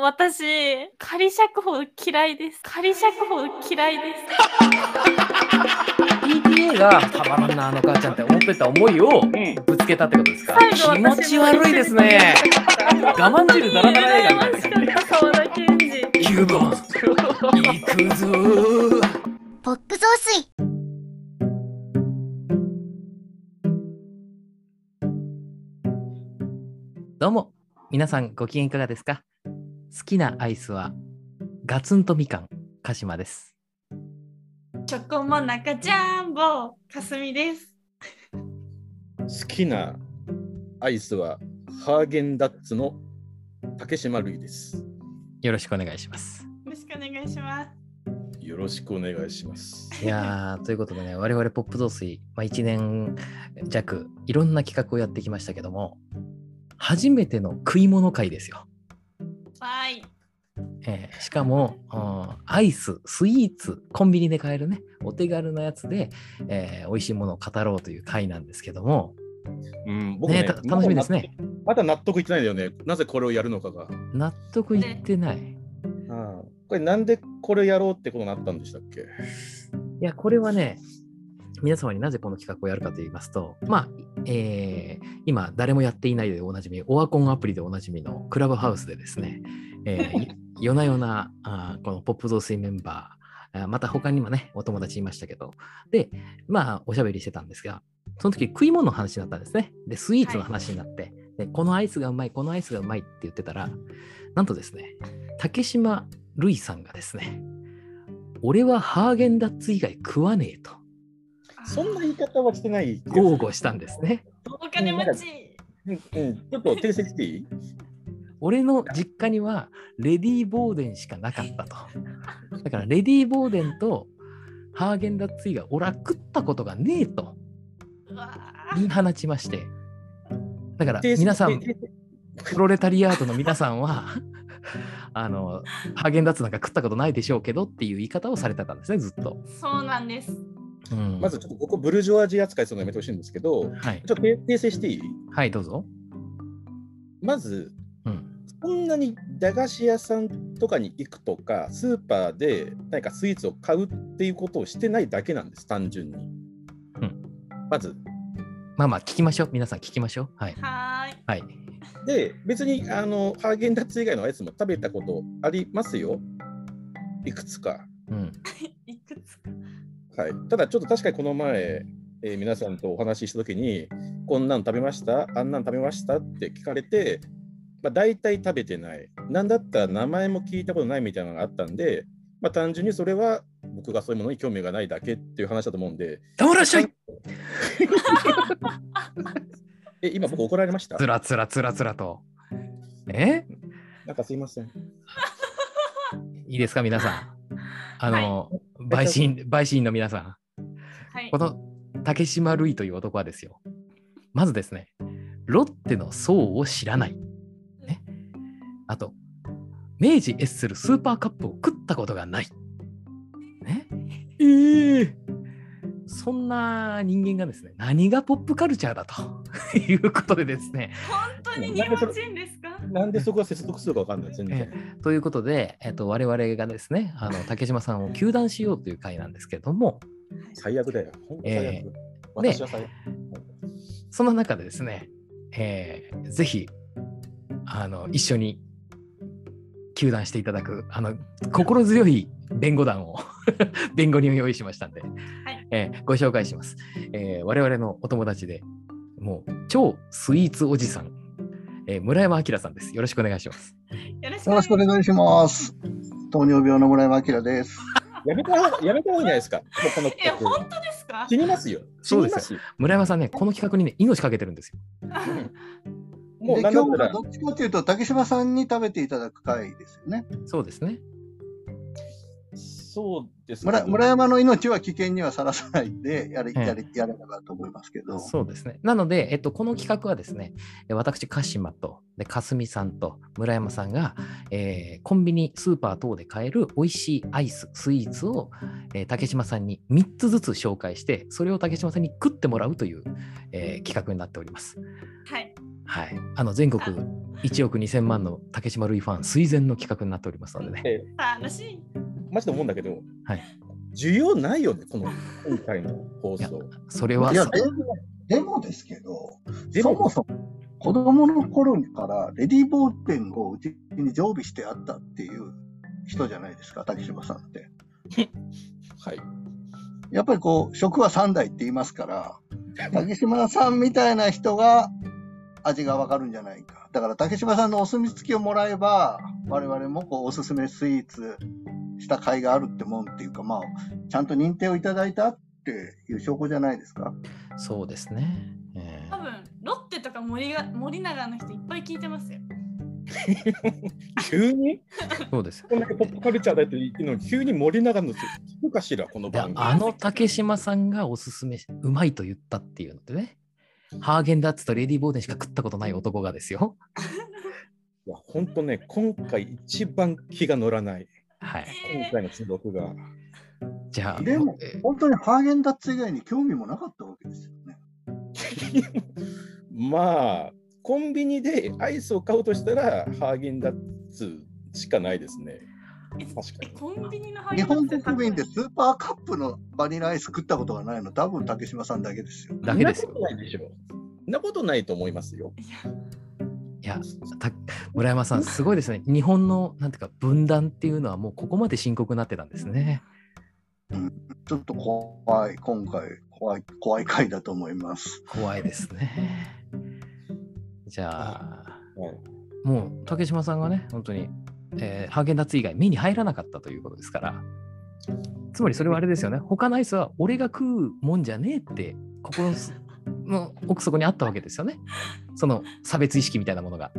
私、仮釈放嫌いです。仮釈放嫌いです。 PTA がたまらんなあの母ちゃんって思ってた思いをぶつけたってことですか。気持ち悪いですね。我慢汁だらだら映画みたいな。 沢田研二。 9番行くぞー。 ポップ増水。 どうも皆さんご機嫌いかがですか。好きなアイスはガツンとみかん、鹿島です。 チョコモナカジャンボ、かすみです。 好きなアイスはハーゲンダッツの竹島るいです。 よろしくお願いします。 よろしくお願いします。 よろしくお願いします。 いやーということでね、我々ポップ増水、1年弱いろんな企画をやってきましたけども、初めての食い物会ですよ。 はい。 しかもアイス、スイーツ、コンビニで買えるね、お手軽なやつで、美味しいものを語ろうという会なんですけども、 僕ね、 楽しみですね。 まだ納得いってないんだよね。なぜこれをやるのかが。 納得いってない。 これなんでこれやろうってことになったんでしたっけ。 いや、これはね、皆様になぜこの企画をやるかと言いますと、今誰もやっていないでおなじみ、オワコンアプリでおなじみのクラブハウスでですね、夜な夜なこのポップ増水メンバー、また他にもね、お友達いましたけど、で、おしゃべりしてたんですが、その時食い物の話になったんですね。で、スイーツの話になって、でこのアイスがうまい、このアイスがうまいって言ってたら、なんとですね、竹島るいさんがですね、俺はハーゲンダッツ以外食わねえと。 そんな言い方はしてない。 豪語したんですね。 お金持ち。 ちょっと訂正していい？ 俺の実家にはレディー・ボーデンしかなかったと。だからレディー・ボーデンとハーゲンダッツ以外俺は食ったことがねえと言い放ちまして、だから皆さん、プロレタリアートの皆さんはハーゲンダッツなんか食ったことないでしょうけどっていう言い方をされてたんですね、ずっと。 そうなんです。 まずちょっとここブルジョワジー扱いするのやめてほしいんですけど、 はい、 ちょっと訂正していい？ はい、どうぞ。 まず、そんなに駄菓子屋さんとかに行くとか、スーパーで何かスイーツを買うっていうことをしてないだけなんです、単純に。まず。 聞きましょう。皆さん聞きましょう。はい。 はい。 で、別にハーゲンダッツ以外のアイスも食べたことありますよ。いくつか。 いくつか。 はい。ただちょっと確かにこの前、皆さんとお話ししたときに、こんなん食べました？あんなん食べました？って聞かれて、大体食べてない。なんだったら名前も聞いたことないみたいなのがあったんで、単純にそれは僕がそういうものに興味がないだけっていう話だと思うんで。 黙らっしゃい今僕怒られました？ つらつらと。 なんかすいません。 いいですか皆さん。陪審員の皆さん。この竹島るいという男はですよ。まずですね、ロッテの層を知らない。ね。あと、明治エッセルスーパーカップを食ったことがない。ね。そんな人間がですね、何がポップカルチャーだということでですね。 本当に日本人ですか？ なんでそこが接続するか分かんない。全然。 ということで、我々がですね、竹島さんを糾弾しようという会なんですけれども。 最悪だよ。本当最悪。私は最悪。 その中でですね、ぜひ一緒に糾弾していただく心強い弁護団を弁護人を用意しましたんで、ご紹介します。我々のお友達でもう超スイーツおじさん、村山明さんです。よろしくお願いします。 よろしくお願いします。糖尿病の村山明です。 やめた方がいいんじゃないですか。 この企画。本当ですか？ 死にますよ。 そうですよ。村山さんね、この企画にね、命かけてるんですよ。 もう今日はどっちかというと、竹島さんに食べていただく回ですよね。 そうですね。 そうですね。村山の命は危険にはさらさないでやれればと思いますけど。 そうですね。なので、この企画はですね、私、鹿島と、かすみさんと村山さんが、コンビニ、スーパー等で買える美味しいアイス、スイーツを、竹島さんに3つずつ紹介して、それを竹島さんに食ってもらうという、企画になっております。 はい。 はい。全国1億2000万の竹島類ファン垂涎の企画になっておりますのでね。 楽しい。 マジで思うんだけど、 はい。 需要ないよね、この今回の放送。 それは、 いや、でもですけど、 でもそもそも子供の頃からレディーボールペンをうちに常備してあったっていう人じゃないですか、竹島さんって。 はい。 やっぱりこう、食は三代って言いますから、竹島さんみたいな人が味がわかるんじゃないか。だから竹島さんのお墨付きをもらえば、我々もこうおすすめスイーツした甲斐があるってもんっていうか、まあ、ちゃんと認定をいただいたっていう証拠じゃないですか。 そうですね。 多分ロッテとか森永の人いっぱい聞いてますよ。 急にそうです。 こんだけポップカルチャーだって言ってるのに、急に森永の人聞くかしら、この番組。 竹島さんがおすすめ、うまいと言ったっていうのでね。ハーゲンダッツとレディーボーデンしか食ったことない男がですよ。 いや、ほんとね、今回一番気が乗らない。 はい。 今回の収録が。 じゃあ、 でも、本当にハーゲンダッツ以外に興味もなかったわけですよね。 まあ、コンビニでアイスを買うとしたら、ハーゲンダッツしかないですね。確かに。 コンビニの日本国民でスーパーカップのバニラアイス食ったことがないの、多分竹島さんだけですよ。 だけですよ。 そんなことないでしょ。そんなことないと思いますよ。 いや、村山さん、すごいですね。日本のなんていうか分断っていうのはもうここまで深刻になってたんですね。 ちょっと怖い、今回怖い回だと思います。 怖いですね。じゃあ、 はい、 もう竹島さんがね、本当に、ハーゲンダッツ以外目に入らなかったということですから、つまりそれはあれですよね。他のアイスは俺が食うもんじゃねえって心の奥底にあったわけですよね。その差別意識みたいなものが。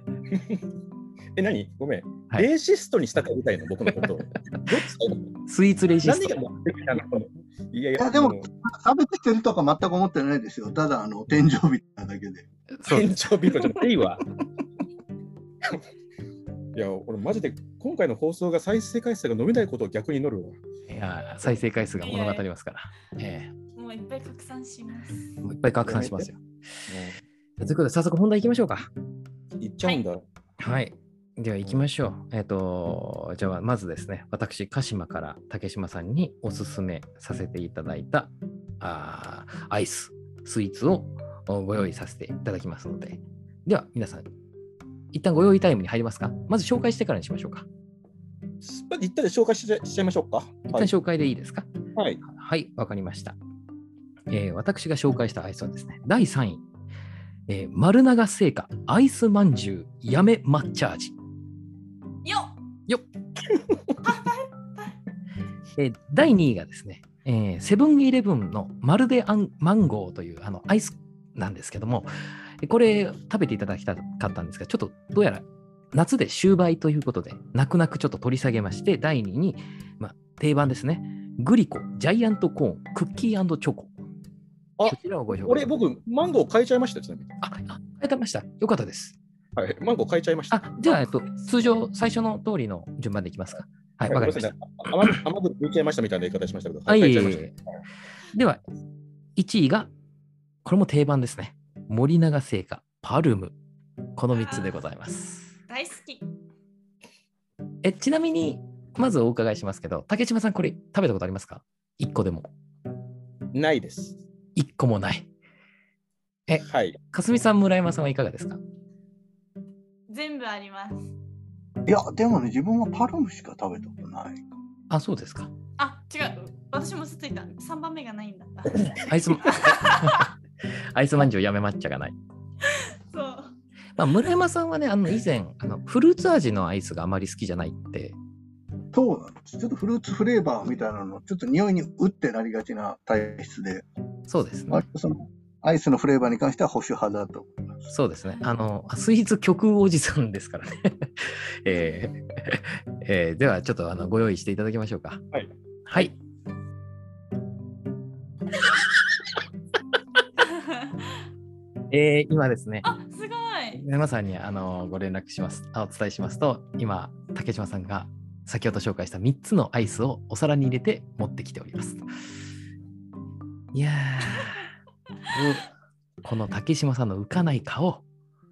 何ごめん、 はい、 レーシストにしたかみたいな僕のこと。 スイーツレーシスト。 何が持ってきたの？いやでも、差別してるとか全く思ってないですよ。ただ、天井人なだけで。 天井人じゃないわ。いや、俺マジで今回の放送が再生回数が伸びないことを逆に乗るわ。 いや、再生回数が物語りますから。 もういっぱい拡散します。 もういっぱい拡散しますよ。ということで、早速本題行きましょうか。 行っちゃうんだ。 はい。では行きましょう。じゃあまずですね、私、鹿島から竹島さんにおすすめさせていただいたアイス、スイーツをご用意させていただきますので、では皆さん、一旦ご用意タイムに入りますか？まず紹介してからにしましょうか。 一旦で紹介しちゃいましょうか。 一旦紹介でいいですか？ はい。 はい、わかりました。私が紹介したアイスはですね、第3位、丸永製菓アイスまんじゅうやめ抹茶味。よっ第2位がですね、セブンイレブンのまるでマンゴーというアイスなんですけども、これ食べていただきたかったんですが、ちょっとどうやら夏で終売ということで、泣く泣くちょっと取り下げまして、第2位に、定番ですね、グリコジャイアントコーンクッキー&チョコ。こちらをご紹介。 僕、マンゴー変えちゃいました、ちなみに。 変えてました。よかったです。 はい、マンゴー変えちゃいました。 じゃあ、通常、最初の通りの順番でいきますか。はい、わかりました。 甘く抜いちゃいましたみたいな言い方しましたけど。 はい、では、1位が、これも定番ですね。森永製菓パルム。この3つでございます。 大好き。 ちなみに、まずお伺いしますけど、竹島さん、これ食べたことありますか？1個でも。 ないです。 1個もない。 はい。 かすみさん、村山さんはいかがですか？ 全部あります。 いや、でもね、自分はパルムしか食べたことない。 あ、そうですか。 違う。私も嘘ついた。3番目がないんだった。 アイスまんじゅうやめ抹茶がない。 そう。 村山さんはね、以前フルーツ味のアイスがあまり好きじゃないって。 そうなんです。ちょっとフルーツフレーバーみたいなの、ちょっと匂いにうってなりがちな体質で。 そうですね。 割とそのアイスのフレーバーに関しては保守派だと思います。 そうですね。スイーツ極右おじさんですからね。では、ちょっとご用意していただきましょうか。 はい。 はい。今ですね。 すごい。 皆さんにご連絡します。お伝えしますと、今、竹島さんが先ほど紹介した3つのアイスをお皿に入れて持ってきております。いやー、この竹島さんの浮かない顔、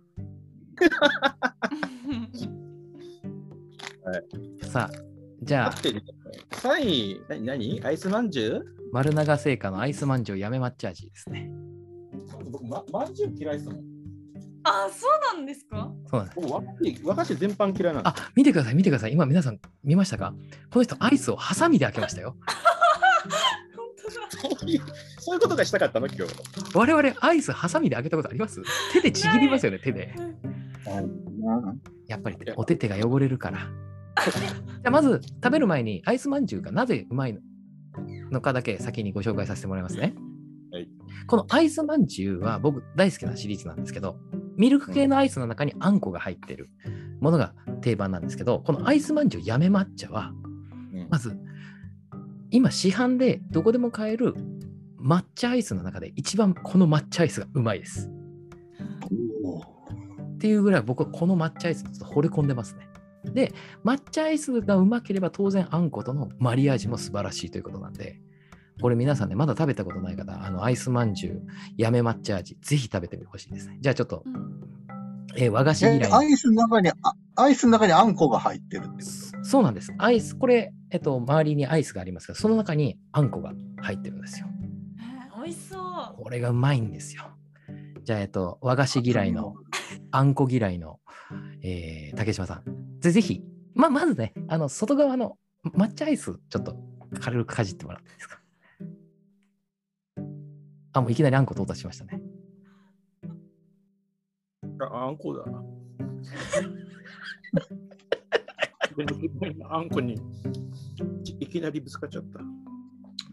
さあ、じゃあ、 3位、何アイスまんじゅう？ 丸永製菓のアイスまんじゅうやめ抹茶味ですね。 僕、まんじゅう嫌いですもん。 あ、そうなんですか？ そうなんです。 僕和菓子全般嫌いなんです。 あ、見てください、見てください。今皆さん見ましたか？この人アイスをハサミで開けましたよ。 本当だ。 そういうことがしたかったの今日。 我々アイスハサミで開けたことあります？手でちぎりますよね、手で。やっぱりお手が汚れるから。じゃあまず食べる前にアイスまんじゅうがなぜうまいのかだけ先にご紹介させてもらいますね。 はい、 このアイスまんじゅうは僕大好きなシリーズなんですけど、ミルク系のアイスの中にあんこが入ってるものが定番なんですけど、このアイスまんじゅうやめ抹茶は、まず今市販でどこでも買える抹茶アイスの中で一番この抹茶アイスがうまいです。っていうぐらい僕はこの抹茶アイスにちょっと惚れ込んでますね。で、抹茶アイスがうまければ当然あんことのマリアージュも素晴らしいということなんで、これ皆さんね、まだ食べたことない方、アイスまんじゅうやめ抹茶味、ぜひ食べてみてほしいですね。じゃあちょっと、和菓子嫌いのアイスの中にあんこが入ってるってこと？ そうなんです。アイス、これ、周りにアイスがありますが、その中にあんこが入ってるんですよ。 美味しそう。 これがうまいんですよ。じゃあ、和菓子嫌いの、あんこ嫌いの、竹島さん。ぜひ、まずね、外側の抹茶アイス、ちょっと軽くかじってもらっていいですか。もういきなりあんこ到達しましたね。 あんこだ。あんこにいきなりぶつかっちゃった。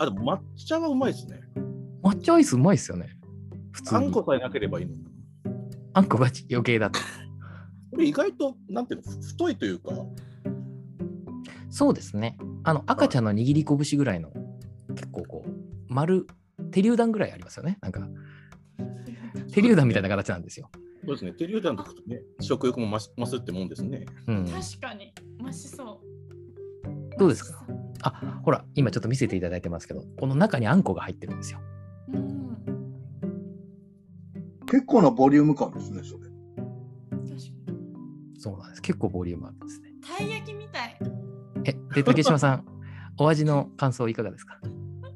でも抹茶はうまいですね。 抹茶アイスうまいですよね。普通に。 あんこさえなければいいのに。 あんこが余計だと。 これ意外と、なんていうの、太いというか。 そうですね。赤ちゃんの握り拳ぐらいの、結構こう、手榴弾ぐらいありますよね。なんか、手榴弾みたいな形なんですよ。 そうですね。手榴弾とね、食欲も増すってもんですね。 確かに、増しそう。 どうですか？ほら、今ちょっと見せていただいてますけど、この中にあんこが入ってるんですよ。 結構なボリューム感ですね、それ。 確かに。 そうなんです。結構ボリュームあるんですね。 たい焼きみたい。 で、竹島さん、お味の感想いかがですか？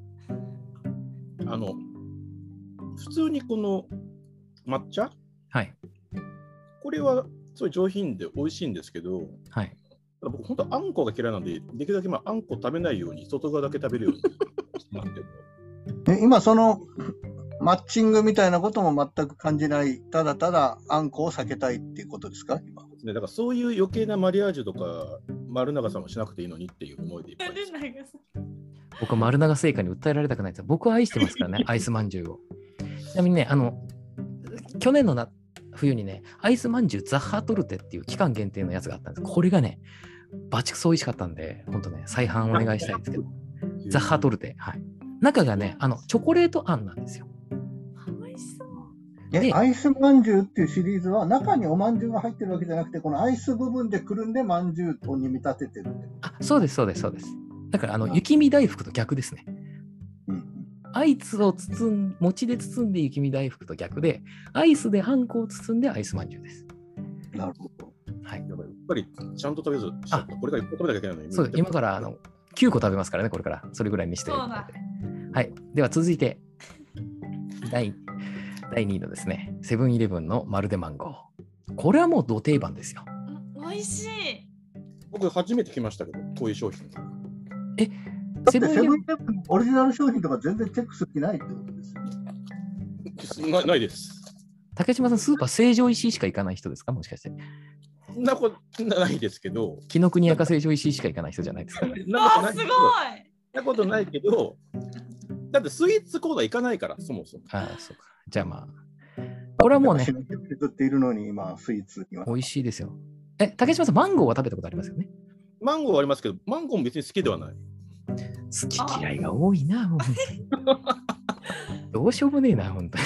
普通にこの抹茶、 はい、 これはすごい上品で美味しいんですけど、 はい、 僕本当あんこが嫌いなんで、できるだけあんこ食べないように外側だけ食べるようにしてますけど。 今そのマッチングみたいなことも全く感じない、ただただあんこを避けたいっていうことですか今？ だからそういう余計なマリアージュとか丸永さんもしなくていいのにっていう思いでいっぱいです。 僕は丸永製菓に訴えられたくないです。僕は愛してますからね、アイスまんじゅうを。ちなみにね、去年の冬にね、アイスまんじゅうザッハトルテっていう期間限定のやつがあったんです。これがね、バチクソ美味しかったんで、本当ね、再販お願いしたいんですけど、ザッハトルテ、はい。中がね、チョコレートあんなんですよ。 美味しそう。 アイスまんじゅうっていうシリーズは中におまんじゅうが入ってるわけじゃなくて、このアイス部分でくるんでまんじゅうとに見立ててるって。 そうです、そうです、そうです。だから雪見大福と逆ですね。アイスを餅で包んで雪見大福と逆で、アイスであんこを包んでアイスまんじゅうです。 なるほど。 はい。 やっぱりちゃんと食べず、これが1個食べなきゃいけないのに。 そう、今から9個食べますからね、これから。それぐらいにしてるので。はい。では続いて、第2位のですね、セブンイレブンのまるでマンゴー。これはもうど定番ですよ。 美味しい。 僕初めて来ましたけど、こういう商品。 セブンイレブンオリジナル商品とか全然チェックする気ないってことですよね。 ないです。 竹島さん、スーパー成城石井しか行かない人ですか？もしかして。 そんなことないですけど。 紀ノ国屋か成城石井しか行かない人じゃないですか。 すごい。 そんなことないけど、だってスイーツコーナー行かないから、そもそも。 そうか。じゃあまあ。これはもうね。 っているのに今、スイーツには。 美味しいですよ。竹島さん、マンゴーは食べたことありますよね？ マンゴーはありますけど、マンゴーも別に好きではない。 好き嫌いが多いな、もう本当に。どうしようもねえな、本当に。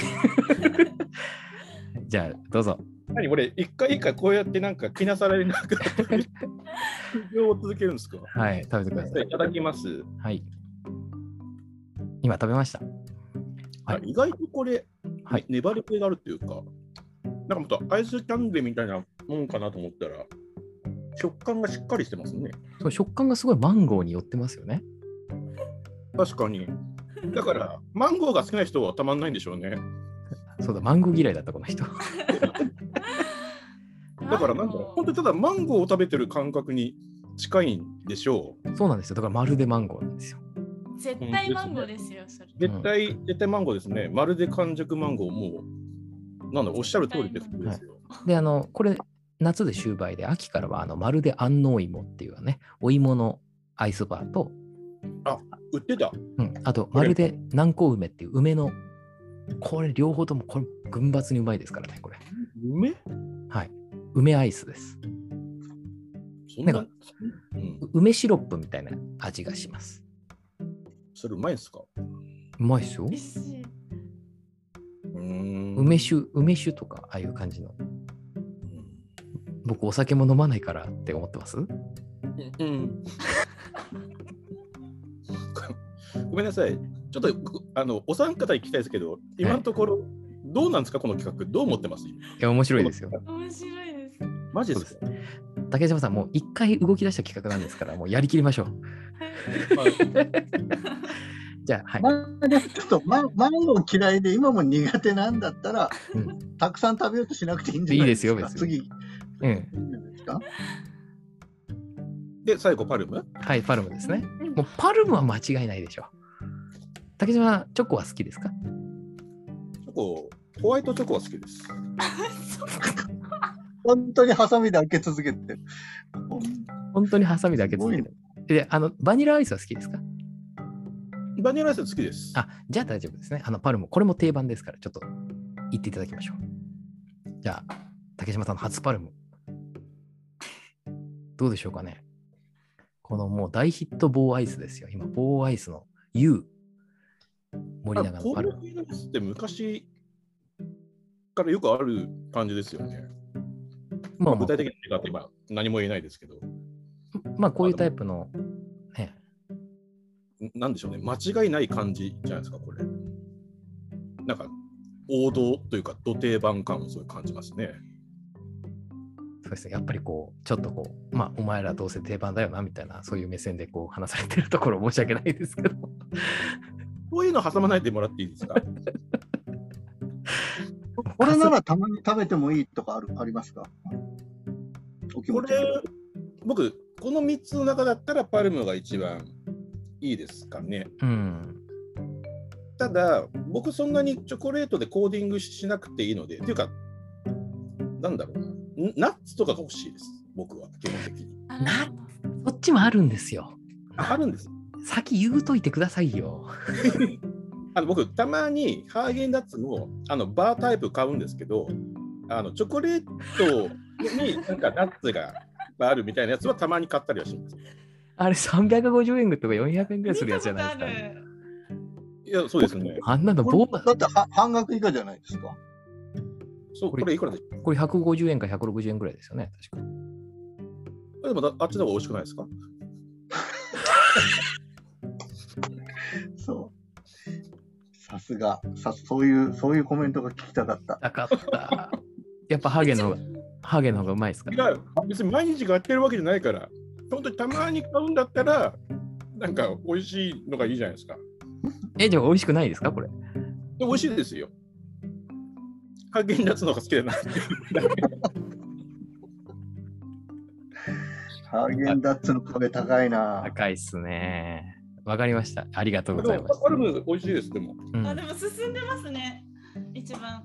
じゃあ、どうぞ。 何俺、一回一回こうやってなんか気なさられなくなって、修行を続けるんですか？ はい、食べてください。 いただきます。 はい。今食べました。 はい、意外とこれ、 はい、 粘り気があるっていうか。 なんかもっとアイスキャンデーみたいなもんかなと思ったら、食感がしっかりしてますね。 そう食感がすごいマンゴーに寄ってますよね。 確かに。だから、マンゴーが好きな人はたまんないんでしょうね。 そうだ、マンゴー嫌いだった、この人。 だから、なんか、本当にただマンゴーを食べてる感覚に近いんでしょう。 そうなんですよ。だからまるでマンゴーなんですよ。 絶対マンゴーですよ、それ。 絶対マンゴーですね。まるで完熟マンゴー、もう、なんだ、おっしゃる通りってことですよ。 で、これ、夏で終売で、秋からはまるで安納芋っていうね、お芋のアイスバーと、 売ってた。 あと、まるで南高梅っていう梅の、これ両方ともこれ群抜にうまいですからね、これ。 梅はい。梅アイスです。 そんな、 なん梅シロップみたいな味がします。 それうまいんすか？ うまいっすよ。 美味しい。 梅酒とか、ああいう感じの。僕、お酒も飲まないからって思ってます？ ごめんなさい。ちょっとお三方に聞きたいですけど、今のところ、どうなんですか、この企画。どう思ってます？ いや、面白いですよ。 面白いです。 マジですか？ 竹島さん、もう一回動き出した企画なんですから、もうやりきりましょう。じゃあ、はい。 ちょっとマンゴー嫌いで今も苦手なんだったら、たくさん食べようとしなくていいんじゃないですか。 いいですよ、別に。 次。 で、最後、パルム？ はい、パルムですね。もうパルムは間違いないでしょう。竹島、チョコは好きですか？ チョコ、ホワイトチョコは好きです。 本当にハサミで開け続けてる。 本当にハサミで開け続けてる。で、バニラアイスは好きですか？ バニラアイス好きです。 じゃあ大丈夫ですね。パルム、これも定番ですから、ちょっと言っていただきましょう。じゃあ、竹島さんの初パルム。どうでしょうかね。このもう大ヒット棒アイスですよ。今、棒アイスの U。森永のパルム。 こういうアイスって昔からよくある感じですよね。具体的には今何も言えないですけど。 まあ、こういうタイプの、ね、 なんでしょうね、間違いない感じじゃないですか、これ。なんか、王道というか、ど定番感をすごい感じますね。 そうですね、やっぱりこう、ちょっとこう、まあ、お前らどうせ定番だよな、みたいな、そういう目線でこう話されてるところ申し訳ないですけど。 こういうの挟まないでもらっていいですか？ これならたまに食べてもいいとかありますか？ これ、僕、この3つの中だったらパルムが一番いいですかね。ただ、僕そんなにチョコレートでコーディングしなくていいので、っていうか、なんだろうな、ナッツとかが欲しいです、僕は、基本的に。 そっちもあるんですよ。 あるんです。 先言うといてくださいよ。 僕、たまにハーゲンダッツのバータイプ買うんですけど、チョコレートになんかナッツがあるみたいなやつはたまに買ったりはします。 あれ350円とか400円ぐらいするやつじゃないですか。 いや、そうですね。 あんなのだって半額以下じゃないですか。 そう、これいくらでしょう？ これ150円か160円ぐらいですよね、確か。 でもあっちの方が美味しくないですか？ そう。さすが、そういうコメントが聞きたかった。 なかった。やっぱハーゲンの方がうまいですか？ いや、別に毎日買ってるわけじゃないから、本当にたまに買うんだったら、なんか美味しいのがいいじゃないですか。 じゃあ美味しくないですか、これ？ 美味しいですよ。ハーゲンダッツの方が好きだな。 ハーゲンダッツの壁高いな。 高いっすね。わかりました。ありがとうございます。 パルム美味しいです、でも。 でも進んでますね、一番。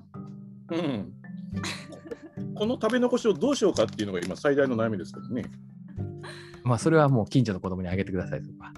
この食べ残しをどうしようかっていうのが今最大の悩みですけどね。 まあそれはもう近所の子供にあげてくださいとか。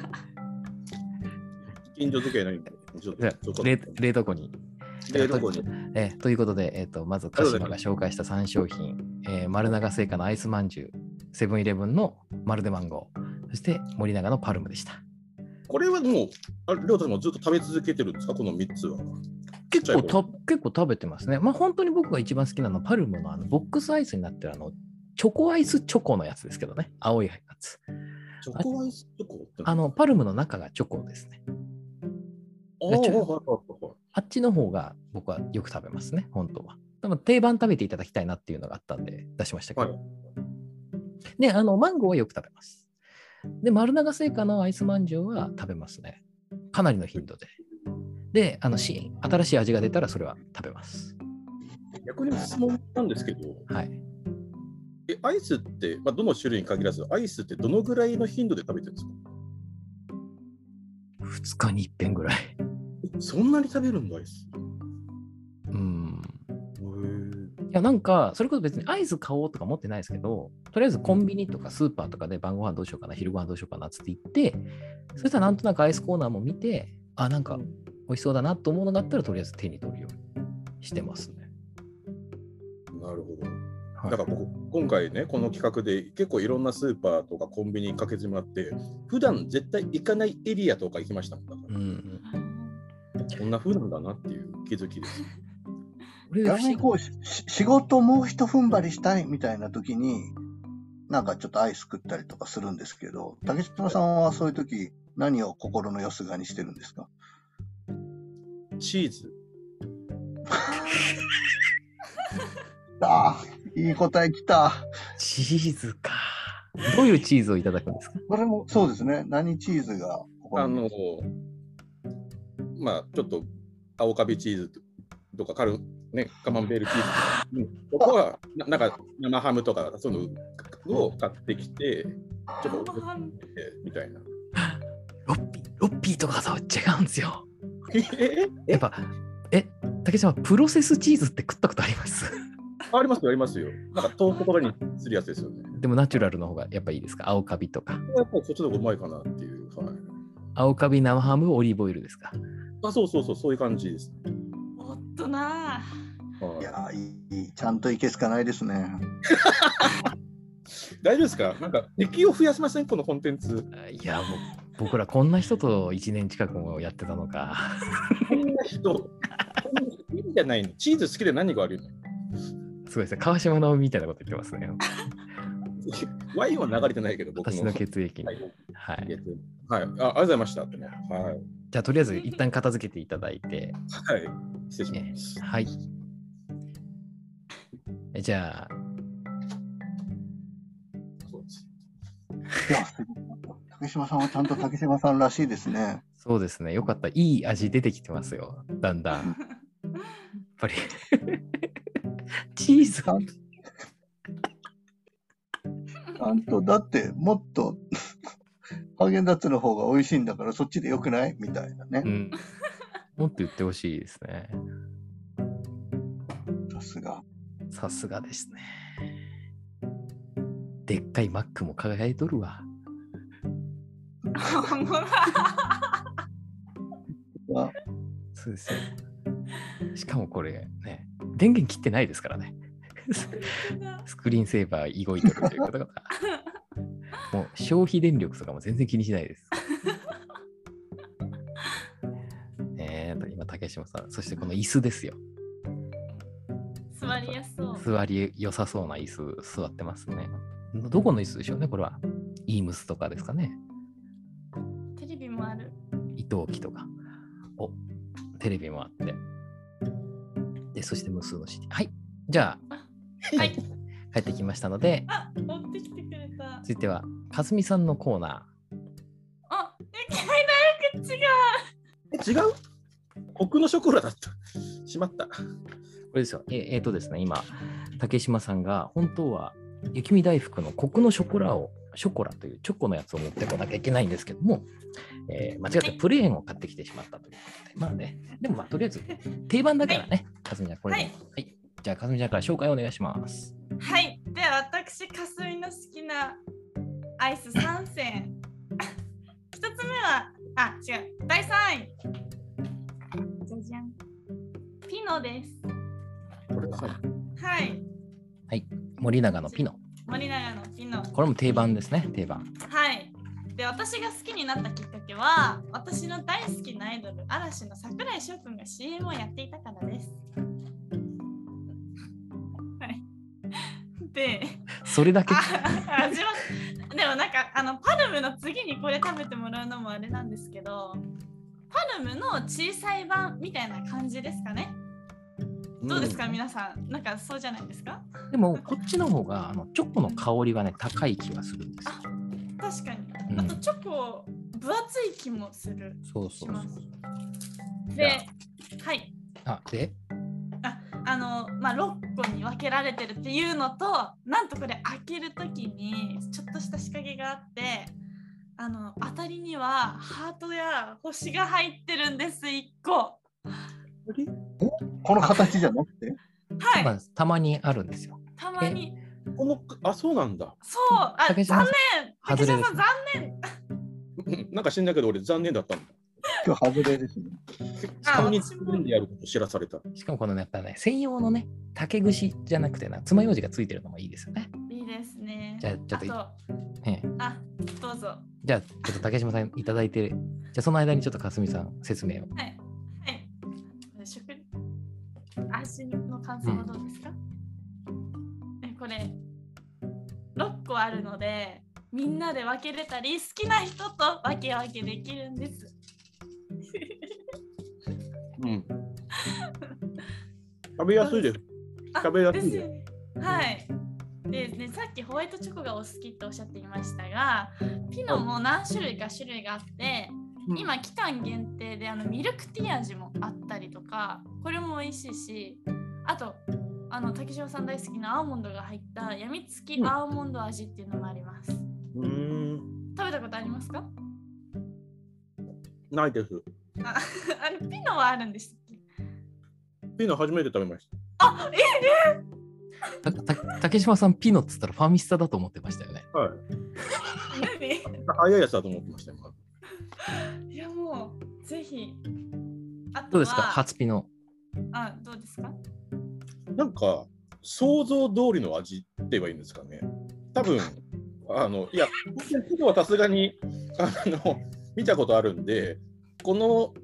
近所付き合いないんで。 冷凍庫に。 冷凍庫に。 ということで、まず鹿島が紹介した3商品、丸永製菓のアイスまんじゅう、セブンイレブンのまるでマンゴー、そして森永のパルムでした。 これはもう、りょうたさんもずっと食べ続けてるんですか、この3つは。 結構食べてますね。まあ本当に僕が一番好きなのはパルムのボックスアイスになってるチョコアイスチョコのやつですけどね。青いやつ。 チョコアイスチョコパルムの中がチョコですね。あっちの方が僕はよく食べますね、本当は。 多分定番食べていただきたいなっていうのがあったんで出しましたけど。 はいで、マンゴーはよく食べます。で、丸永製菓のアイスまんじゅうは食べますね。かなりの頻度で。で、新しい味が出たらそれは食べます。 逆に質問なんですけど、 はい。 アイスって、まあ、どの種類に限らず、アイスってどのぐらいの頻度で食べてるんですか？ 2日に一遍ぐらい。 そんなに食べるんだ、アイス。 いや、なんか、それこそ別にアイス買おうとか思ってないですけど、とりあえずコンビニとかスーパーとかで晩ご飯どうしようかな、昼ご飯どうしようかなっつって言って、そしたらなんとなくアイスコーナーも見て、あ、なんか美味しそうだなと思うのがあったら、とりあえず手に取るようにしてますね。 なるほど。 はい、 だから僕、今回ね、この企画で結構いろんなスーパーとかコンビニにかけてもらって、普段絶対行かないエリアとか行きましたもん。だからこんな風なんだなっていう気づきです。 逆にこう仕事もう一踏ん張りしたいみたいな時に、なんかちょっとアイス食ったりとかするんですけど、竹島さんはそういう時何を心のよすがにしてるんですか？ チーズ。 ああ、いい答えきた。 チーズか。どういうチーズをいただくんですか？ これもそうですね。何チーズがまあちょっと青カビチーズとかカマンベールチーズとかはなんか生ハムとかそういうのを買ってきてちょっとみたいな。 ロッピーとかと違うんですよ。 やっぱ竹島プロセスチーズって食ったことあります？ ありますよ、ありますよ。なんか豆腐とかにするやつですよね。 でもナチュラルの方がやっぱいいですか？青カビとか。 やっぱりそっちの方がうまいかなっていう。はい、 青カビ、生ハム、オリーブオイルですか？ そういう感じです。 おっとな。 いやいい、ちゃんといけすかないですね。 大丈夫ですか？なんか敵を増やせませんこのコンテンツ。 いや、もう僕らこんな人と1年近くもやってたのか。 こんな人いいんじゃないの？チーズ好きで何が悪いの？ すごいですね。川島直美みたいなこと言ってますね。 ワインは流れてないけど、僕の私の血液に。 はい。 はい。 ありがとうございましたってね。はい。 じゃあ、とりあえず一旦片付けていただいて。 はい。失礼します。 はい。じゃあ。 そうです。いや、竹島さんはちゃんと竹島さんらしいですね。 そうですね。よかった。いい味出てきてますよ。だんだん。やっぱり。チーズ。 ちゃんと、だってもっとハーゲンダッツの方が美味しいんだからそっちでよくないみたいなね。 もっと言ってほしいですね。 さすがですね。でっかいマックも輝いとるわ。そうですよ。しかもこれね、電源切ってないですからね。スクリーンセーバー動いてるということが、もう消費電力とかも全然気にしないです。今、竹島さん、そしてこの椅子ですよ。 座りやすそう。 座り良さそうな椅子座ってますね。どこの椅子でしょうね、これは。イームスとかですかね。 テレビもある。 伊藤機とか。テレビもあって。で、そして無数の CD。はい。じゃあ、 はい。 帰ってきましたので、 持ってきてくれた。 続いては、かすみさんのコーナ嫌いな役違う。 違う？僕のショコラだった。しまった。これですよ。ですね、今、竹島さんが本当は雪見大福のコクのショコラというチョコのやつを持ってこなきゃいけないんですけども、間違ってプレーンを買ってきてしまったということで、まあね、でもとりあえず定番だからね、かすみちゃん、これで。はい。じゃあ、かすみちゃんから紹介お願いします。 はい。では、私、かすみの好きなアイス3選。1つ目は、違う。第3位。じゃじゃん。ピノです。はい。 はい。森永のピノ。 森永のピノ。 これも定番ですね、定番。 はい。で、私が好きになったきっかけは、私の大好きなアイドル、嵐の櫻井翔くんが CM をやっていたからです。はい。で、 それだけでもなんかパルムの次にこれ食べてもらうのもあれなんですけど、パルムの小さい版みたいな感じですかね。 どうですか、皆さん。なんかそうじゃないですか。 でもこっちの方がチョコの香りがね高い気がするんですよ。 確かに。 うんあとチョコ分厚い気もする。 そうそうそう。 で、はい。 で 6個に分けられてるっていうのと、なんとこれ開けるときにちょっとした仕掛けがあって、当たりにはハートや星が入ってるんです、1個。 この形じゃなくて、 はい、 たまにあるんですよ。 たまに。 そうなんだ。 そう、 竹島さん残念。竹島さん残念。 なんか知んだけど俺残念だったんだ。 今日外れですね。 顔につんでやることを知らされた。 しかもこのね、やっぱね、専用のね、竹串じゃなくて爪楊枝がついてるのもいいですよね。 いいですね。 じゃあちょっとどうぞ。 じゃあちょっと竹島さんいただいて、じゃあその間にちょっとかすみさん説明を。 はい。味の感想はどうですか？これ6個あるので、みんなで分けれたり、好きな人と分けできるんです。 食べやすいです。食べやすいです。 はい。でね、さっきホワイトチョコがお好きっておっしゃっていましたが、ピノも何種類か種類があって、今期間限定でミルクティー味もあったりとか、これも美味しいし、あと竹島さん大好きなアーモンドが入ったやみつきアーモンド味っていうのもあります。食べたことありますか？ ないです。 ピノはあるんでしたっけ？ ピノ初めて食べました。 竹島さんピノっつったらファミスタだと思ってましたよね。 はい。早いやつだと思ってましたよ。 いやもうぜひ。 どうですか初ピノ？ どうですか？ なんか想像通りの味って言えばいいんですかね。多分いやピノはさすがに見たことあるんで、この、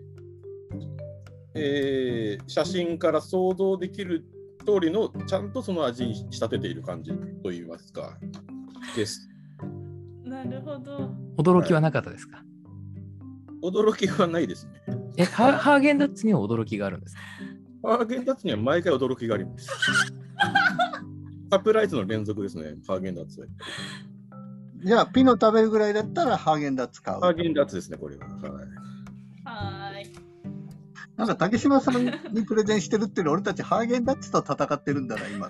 写真から想像できる通りのちゃんとその味に仕立てている感じといいますかです。 なるほど。 驚きはなかったですか？ 驚きはないですね。 ハーゲンダッツには驚きがあるんですか？ ハーゲンダッツには毎回驚きがあります。サプライズの連続ですね、ハーゲンダッツは。 じゃあ、ピノ食べるぐらいだったらハーゲンダッツ買う。 ハーゲンダッツですね、これは。 はい。 なんか竹島さんにプレゼンしてるっていうのは俺たちハーゲンダッツと戦ってるんだな、今。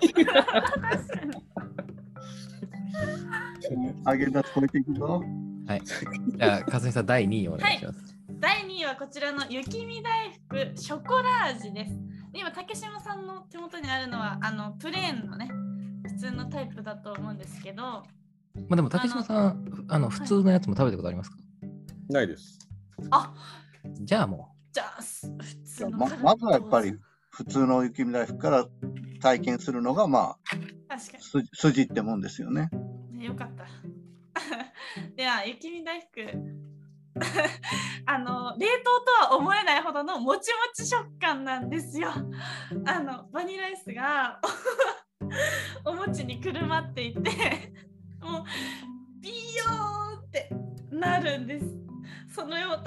ハーゲンダッツ超えていくぞ。 はい。じゃあ、かすみさん、第2位お願いします。 第2位はこちらの雪見大福ショコラ味です。今、竹島さんの手元にあるのはプレーンのね、普通のタイプだと思うんですけど。 でも竹島さん、普通のやつも食べたことありますか？ ないです。 じゃあもう。 じゃあ、普通のまずはやっぱり普通の雪見大福から体験するのが、まあ、筋ってもんですよね。 よかった。では、雪見大福。冷凍とは思えないほどのもちもち食感なんですよ。バニラアイスがお餅にくるまっていて、もうビヨーってなるんです。そのよ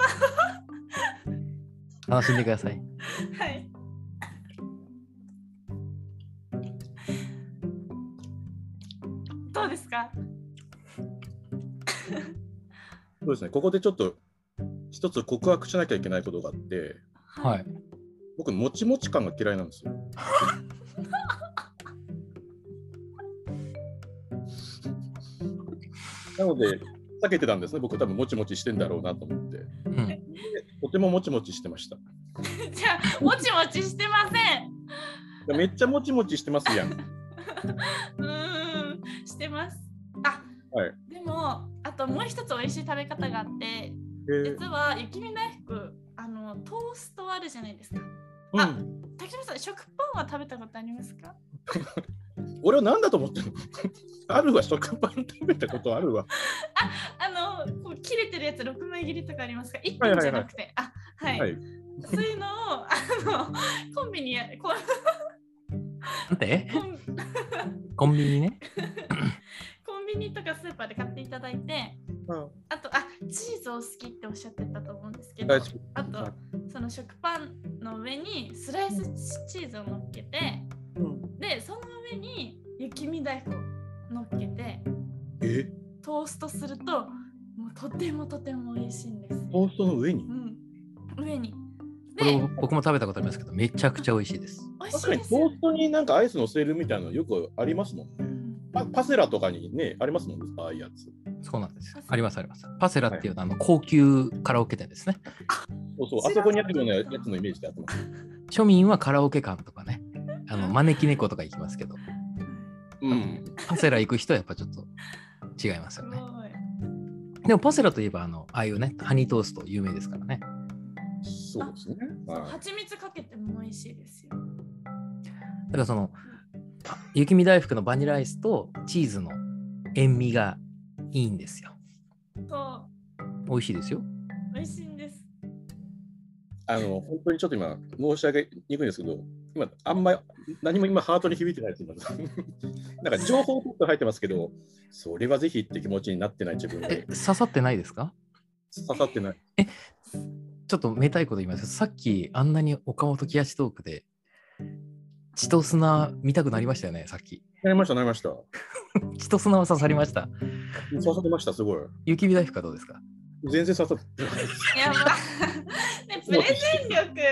う楽しんでください。 はい。どうですか？ そうですね、ここでちょっと一つ告白しなきゃいけないことがあって、 はい、 僕、もちもち感が嫌いなんですよ。なので、避けてたんですね、僕、多分もちもちしてんだろうなと思って。とてももちもちしてました。 じゃあ、もちもちしてません。 めっちゃもちもちしてますやん。 してます。 はい、 でも、あともう一つ美味しい食べ方があって、実は雪見大福、トーストあるじゃないですか。竹島さん、食パンは食べたことありますか？ 俺は何だと思ってるの？あるわ、食パン食べたことあるわ。 こう切れてるやつ6枚切りとかありますか？1本じゃなくて。はい。そういうのをコンビニなんで？コンビニね。 コンビニとかスーパーで買っていただいて、あとチーズを好きっておっしゃってたと思うんですけど、あとその食パンの上にスライスチーズを乗っけて、でその上に雪見大福を乗っけてトーストするともうとても美味しいんですよ。 トーストの上に、 上に。 これ僕も食べたことありますけど、めちゃくちゃ美味しいです。 美味確かにトーストになんかアイス乗せるみたいなのよくありますもんね。パセラとかにね、ありますもんね、ああいうやつ。 そうなんですよ。あります。パセラっていうのは高級カラオケ店ですね。 そう、あそこにあるようなやつのイメージでやってます。 庶民はカラオケ館とかね、招き猫とか行きますけど、パセラ行く人はやっぱちょっと違いますよね。でもパセラといえばああいうね、ハニートースト有名ですからね。 そうですね。 蜂蜜かけても美味しいですよ。 だからその雪見大福のバニラアイスとチーズの塩味がいいんですよ。美味しいですよ。 美味しいんです。 本当にちょっと今申し上げにくいんですけど、今あんまり何も今ハートに響いてないです。なんか情報とか入ってますけど、それはぜひって気持ちになってない自分で。 刺さってないですか？ 刺さってない。 ちょっとめたいこと言いますけど、さっきあんなに岡本キヤシトークで血と砂見たくなりましたよね、さっき。 なりました。 血と砂は刺さりました。 刺さってました、すごい。 雪見大福はどうですか？ 全然刺さってない。 やばい。プレゼン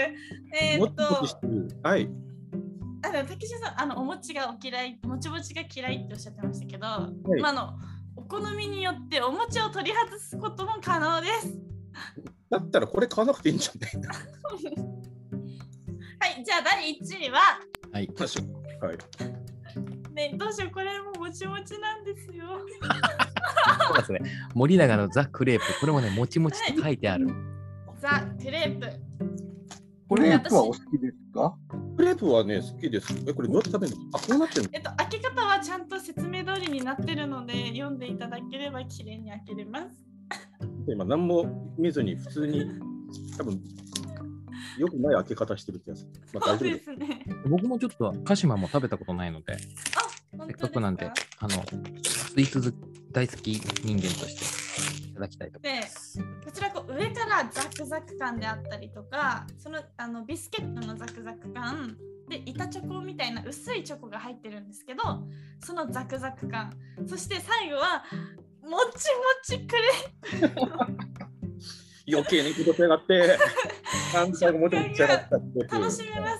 力。 はい。 竹下さん、お餅がお嫌い、もちもちが嫌いっておっしゃってましたけど、お好みによってお餅を取り外すことも可能です。 だったらこれ買わなくていいんじゃないか。 はい、じゃあ第1位は。 はい。 確かに。はい。 ね、どうしよう、これももちもちなんですよ。 そうですね。森永のザ・クレープ、これもね、もちもちって書いてある。 ザ・クレープ。 クレープはお好きですか？ クレープはね、好きです。これどうやって食べるの？こうなってるの？ 開け方はちゃんと説明通りになってるので、読んでいただければきれいに開けれます。 今何も見ずに普通に多分よくない開け方してるってやつ。 そうですね。 僕もちょっと鹿島も食べたことないので、せっかくなんでスイーツ大好き人間としていただきたいと思います。 で、こちら上からザクザク感であったりとか、そのビスケットのザクザク感で板チョコみたいな薄いチョコが入ってるんですけど、そのザクザク感、そして最後はもちもちクレープ余計にことしやがって最後もちもちやがったって楽しめます。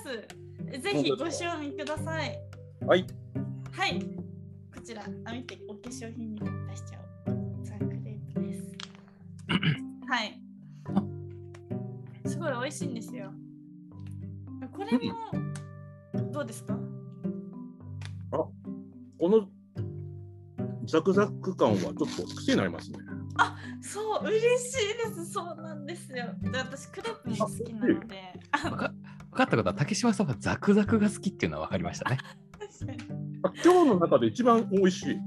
ぜひご賞味ください。 はいはい、こちら見て、お化粧品に出しちゃおう。ザ・クレープです。はい、すごい美味しいんですよ。これもどうですか？ このザクザク感はちょっと癖になりますね。 そう、嬉しいです。そうなんですよ。で、私クレープも好きなので。 分かったことは、竹島さんはザクザクが好きっていうのは分かりましたね。 確かに。 今日の中で一番美味しい。 嬉しい。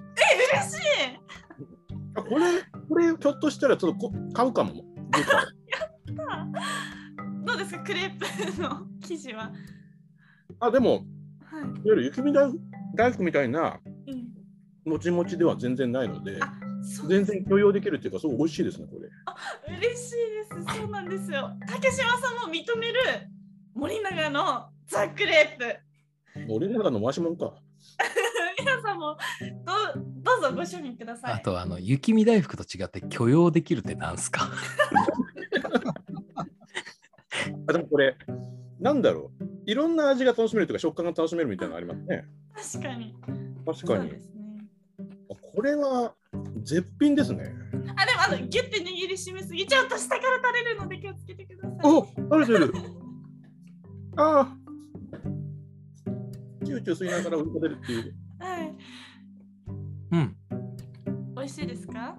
これひょっとしたらちょっと買うかも。 やったどうですか、クレープの生地は。 でも、 はい、 いわゆる雪見大福みたいなもちもちでは全然ないので、全然許容できるっていうか、すごい美味しいですね、これ。 嬉しいです。そうなんですよ。竹島さんも認める森永のザ・クレープ。 森永の回しもんか。 皆さんもどうぞご賞味ください。 あと雪見大福と違って許容できるってなんすか？ でもこれなんだろう、いろんな味が楽しめるというか食感が楽しめるみたいなのありますね。 確かに。 そうですね。これは絶品ですね。 でもギュッて握りしめすぎちゃうと下から垂れるので気をつけてください。 垂れてる。チューチュー吸いながらうんこ出るっていう。 はい。美味しいですか？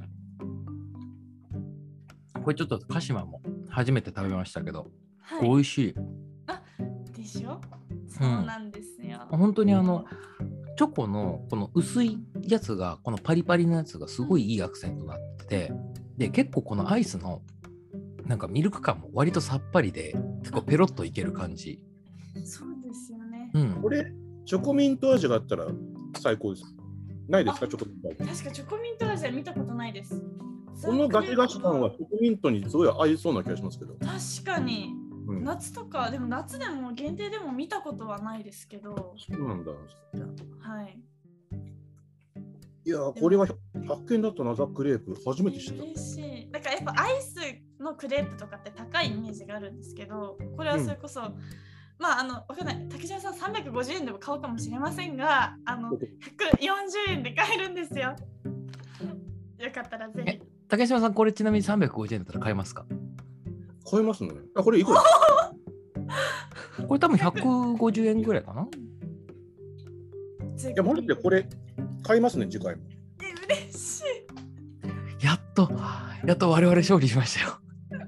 これちょっと鹿島も初めて食べましたけど、 はい、 美味しい。 でしょ？そうなんですよ。 本当にチョコのこの薄いやつが、このパリパリのやつがすごいいいアクセントになってて、で結構このアイスのなんかミルク感も割とさっぱりで結構ペロッといける感じ。 そうですよね。 これチョコミント味があったら最高です。ないですか、チョコミント味？ 確かチョコミント味は見たことないです。 このガチガチ感はチョコミントにすごい合いそうな気がしますけど。 確かに、 うん、 夏とか、でも夏でも限定でも見たことはないですけど、 そうなんだ。 はい。 いやー、これは発見だったな、ザ・クレープ。初めて知った。 嬉しい。だからやっぱアイスのクレープとかって高いイメージがあるんですけど、これはそれこそ、まあわかんない。竹島さん350円でも買うかもしれませんが、140円で買えるんですよ。よかったらぜひ。 竹島さん、これちなみに350円だったら買えますか？ 買えますね。あ、これいくら？ これ多分150円ぐらいかな。 いや、マジでこれ買いますね、次回も。 嬉しい。 やっと我々勝利しましたよ。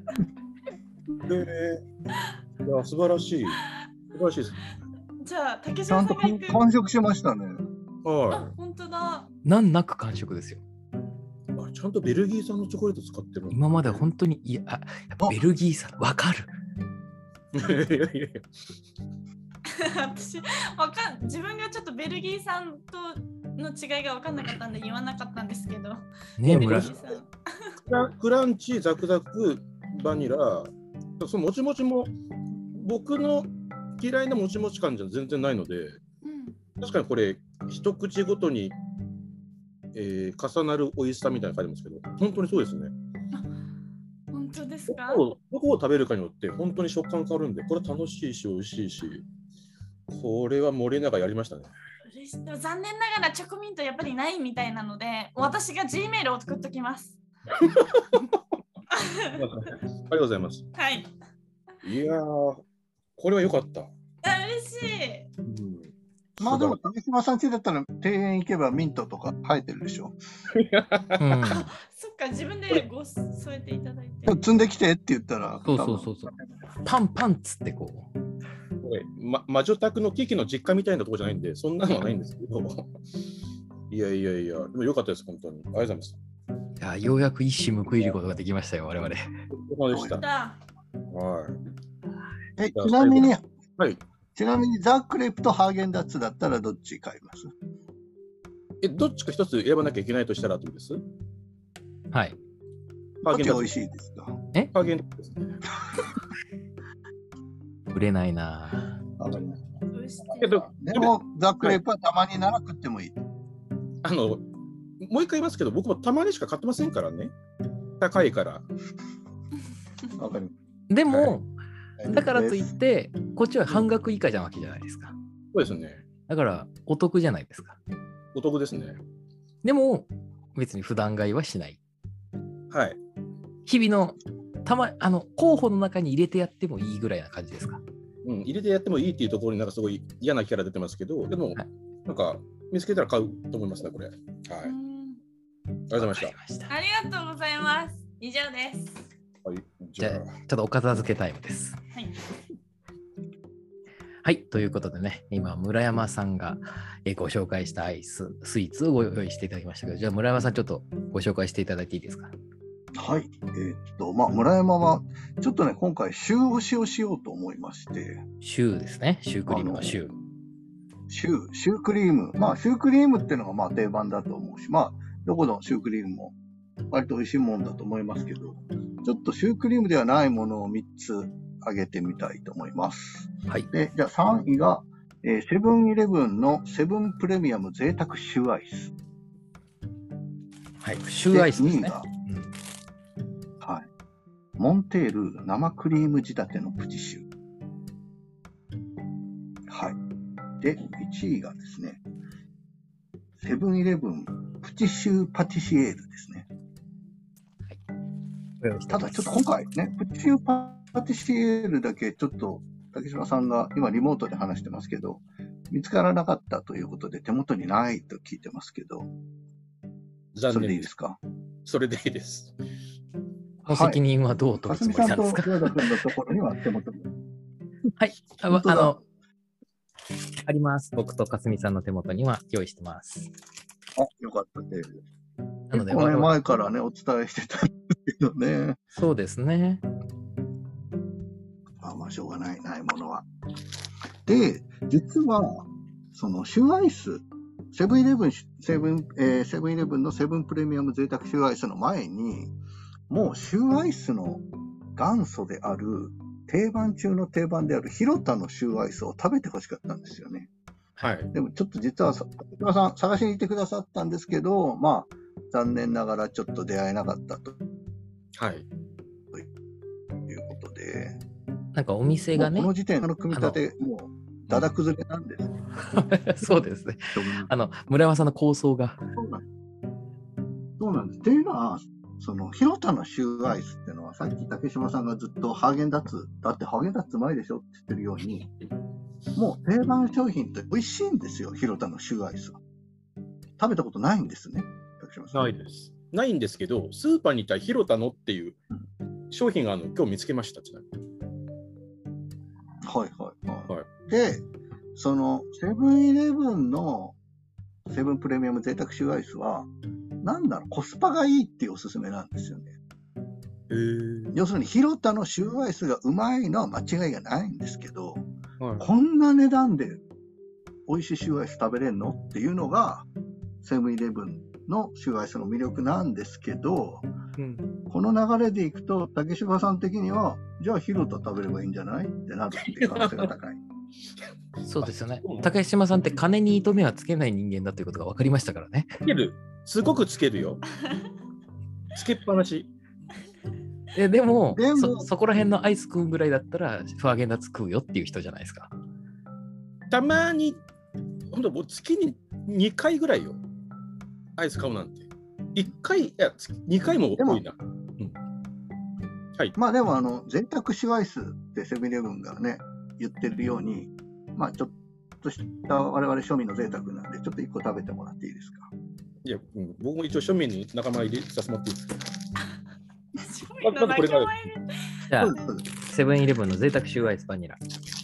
いや、素晴らしい。素晴らしいです。 じゃあ、竹ちゃんと島さんが行く。 完食しましたね。 あ、本当だ。 難なく完食ですよ。 あ、ちゃんとベルギー産のチョコレート使ってる。 今まで本当に、やっぱベルギー産、わかる。 私自分がちょっとベルギー産との違いが分かんなかったんで言わなかったんですけど。 ねえ、村クランチ、ザクザク、バニラ、そのもちもちも僕の嫌いなもちもち感じゃ全然ないので、確かにこれ一口ごとに、重なる美味しさみたいな感じですけど、本当にそうですね。 本当ですか？ どこを食べるかによって本当に食感変わるんで、これ楽しいし美味しいし、これは森永やりましたね。 でも残念ながらチョコミントやっぱりないみたいなので、私が G メールを作っときます。 ありがとうございます。 はい。 いやー、これは良かった。 嬉しい。 まあでも、竹島さん家だったら庭園行けばミントとか生えてるでしょ。 そっか、自分で添えていただいて。 積んできてって言ったら。 そう。パンっつってこう。 これ、魔女宅のキキの実家みたいなところじゃないんで、そんなのはないんですけど。いや、でも良かったです、本当に。ありがとうございます。 いや、ようやく一矢報いることができましたよ、我々。 そうでした。 はい。 ちなみに、 はい。 ちなみにザ・クレープとハーゲンダッツだったらどっち買います？ どっちか一つ選ばなきゃいけないとしたらどうです？ はい。 どっちが美味しいですか？ ハーゲンダッツですね。 売れないなぁ。 わかります。 でも、ザ・クレープはたまになら食ってもいい。 もう一回言いますけど、僕もたまにしか買ってませんからね。高いから。 わかります。 でも、だからといって、こっちは半額以下じゃわけじゃないですか。 そうですね。 だから、お得じゃないですか。 お得ですね。 でも、別に普段買いはしない。 はい。 日々の、候補の中に入れてやってもいいぐらいな感じですか。 入れてやってもいいっていうところになんかすごい嫌なキャラ出てますけど、でも、なんか見つけたら買うと思いますね、これ。はい。ありがとうございました。 ありがとうございます。以上です。 はい、じゃあ、ちょっとお片付けタイムです。 はい。 はい、ということでね、今、村山さんがご紹介したアイス、スイーツをご用意していただきましたけど、じゃあ、村山さん、ちょっとご紹介していただいていいですか。 はい。村山は、ちょっとね、今回、シュー推しをしようと思いまして。 シューですね。シュークリームのシュー。 シュークリーム。シュークリームっていうのが定番だと思うし、どこのシュークリームも割と美味しいもんだと思いますけど、ちょっとシュークリームではないものを3つ挙げてみたいと思います。 はい。 で、じゃあ3位が、セブンイレブンのセブンプレミアム贅沢シューアイス。 はい。シューアイスですね。 2位が、はい。モンテール生クリーム仕立てのプチシュー。はい。で、1位がですね、セブンイレブンプチシューパティシエールですね。はい。ただちょっと今回ね、プチシューパティシエールだけちょっと竹島さんが今リモートで話してますけど、見つからなかったということで手元にないと聞いてますけど、それでいいですか？ それでいいです。 お責任はどう取るつもりなんですか？ かすみさんと岩田君のところには手元に。 はい。あります。僕とかすみさんの手元には用意してます。 よかったです。 なので、 前からね、お伝えしてたんですけどね。 そうですね。 しょうがないものは。で、実は、そのシューアイス、 セブンイレブンのセブンプレミアム贅沢シューアイスの前に、もうシューアイスの元祖である、定番中の定番である広田のシューアイスを食べてほしかったんですよね。 はい。 でもちょっと実は、竹島さん探しに行ってくださったんですけど、まあ、残念ながらちょっと出会えなかったとはい。 いうことで、 なんかお店がねもうこの時点の組み立て、もう、だだ崩れなんですね。 そうですね。村山さんの構想が。 そうなんです。っていうのは、その、広田のシューアイスっていうのは、さっき竹島さんがずっとハーゲンダッツ、だってハーゲンダッツうまいでしょって言ってるように、もう定番商品って美味しいんですよ、広田のシューアイスは。食べたことないんですね、竹島さん。 ないです。ないんですけど、スーパーにいた広田のっていう商品が今日見つけました。ちなみに。 はいはいはい。 はい、 で、そのセブンイレブンのセブンプレミアム贅沢シューアイスは、なんだろう、コスパがいいっていうおすすめなんですよね。要するに、広田のシューアイスがうまいのは間違いがないんですけど、 はい、 こんな値段で美味しいシューアイス食べれんのっていうのが、セブンイレブンのシューアイスの魅力なんですけど、この流れでいくと、竹柴さん的には、じゃあ広田食べればいいんじゃないってなるっていう可能性が高い。 そうですよね。竹島さんって金に糸目はつけない人間だということが分かりましたからね。 つける。すごくつけるよ。つけっぱなし。 でもそこら辺のアイス食うぐらいだったら、ファーゲンダッツ食うよっていう人じゃないですか。 たまに、本当もう月に2回ぐらいよ。アイス買うなんて。1回、いや、2回も多いな。はい。 まあでも、贅沢シューアイスってセブンイレブンがね、言ってるように、まあちょっとした我々庶民の贅沢なんで、ちょっと1個食べてもらっていいですか。 いや、僕も一応庶民の仲間入りさせてもらっていいですか。 庶民の仲間入り。 じゃあ、セブンイレブンの贅沢シューアイスバニラ。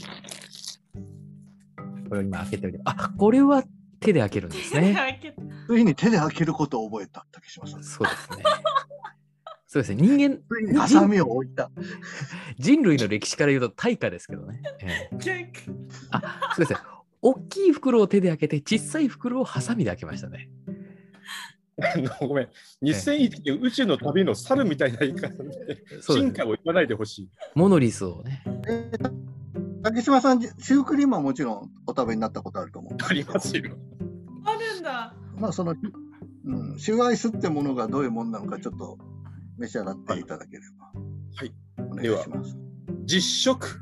これを今開けておいて、これは手で開けるんですね。 ついに手で開けることを覚えた、竹島さん。 そうですね。そうですね。人間、 ついにハサミを置いた。 人類の歴史から言うと大化ですけどね。そうですね。大きい袋を手で開けて、小さい袋をハサミで開けましたね。 ごめん、2001年宇宙の旅の猿みたいな言い方で、進化を言わないでほしい。 モノリスをね。 竹島さん、シュークリームはもちろんお食べになったことあると思う。 ありますよ。 あるんだ。 まあ、その、シューアイスってものがどういうものなのか、ちょっと召し上がっていただければ。 はい。 お願いします。 実食。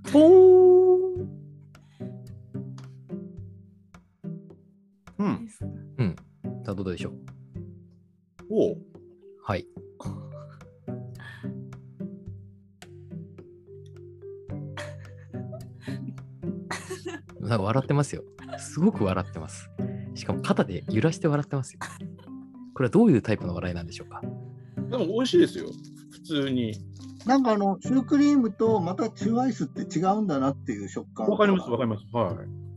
さあ、どうでしょう。 おう。 はい。なんか笑ってますよ。すごく笑ってます。しかも肩で揺らして笑ってますよ。これはどういうタイプの笑いなんでしょうか。 でも美味しいですよ。普通に。 なんかシュークリームとまたシューアイスって違うんだなっていう食感。 わかります、わかります。はい。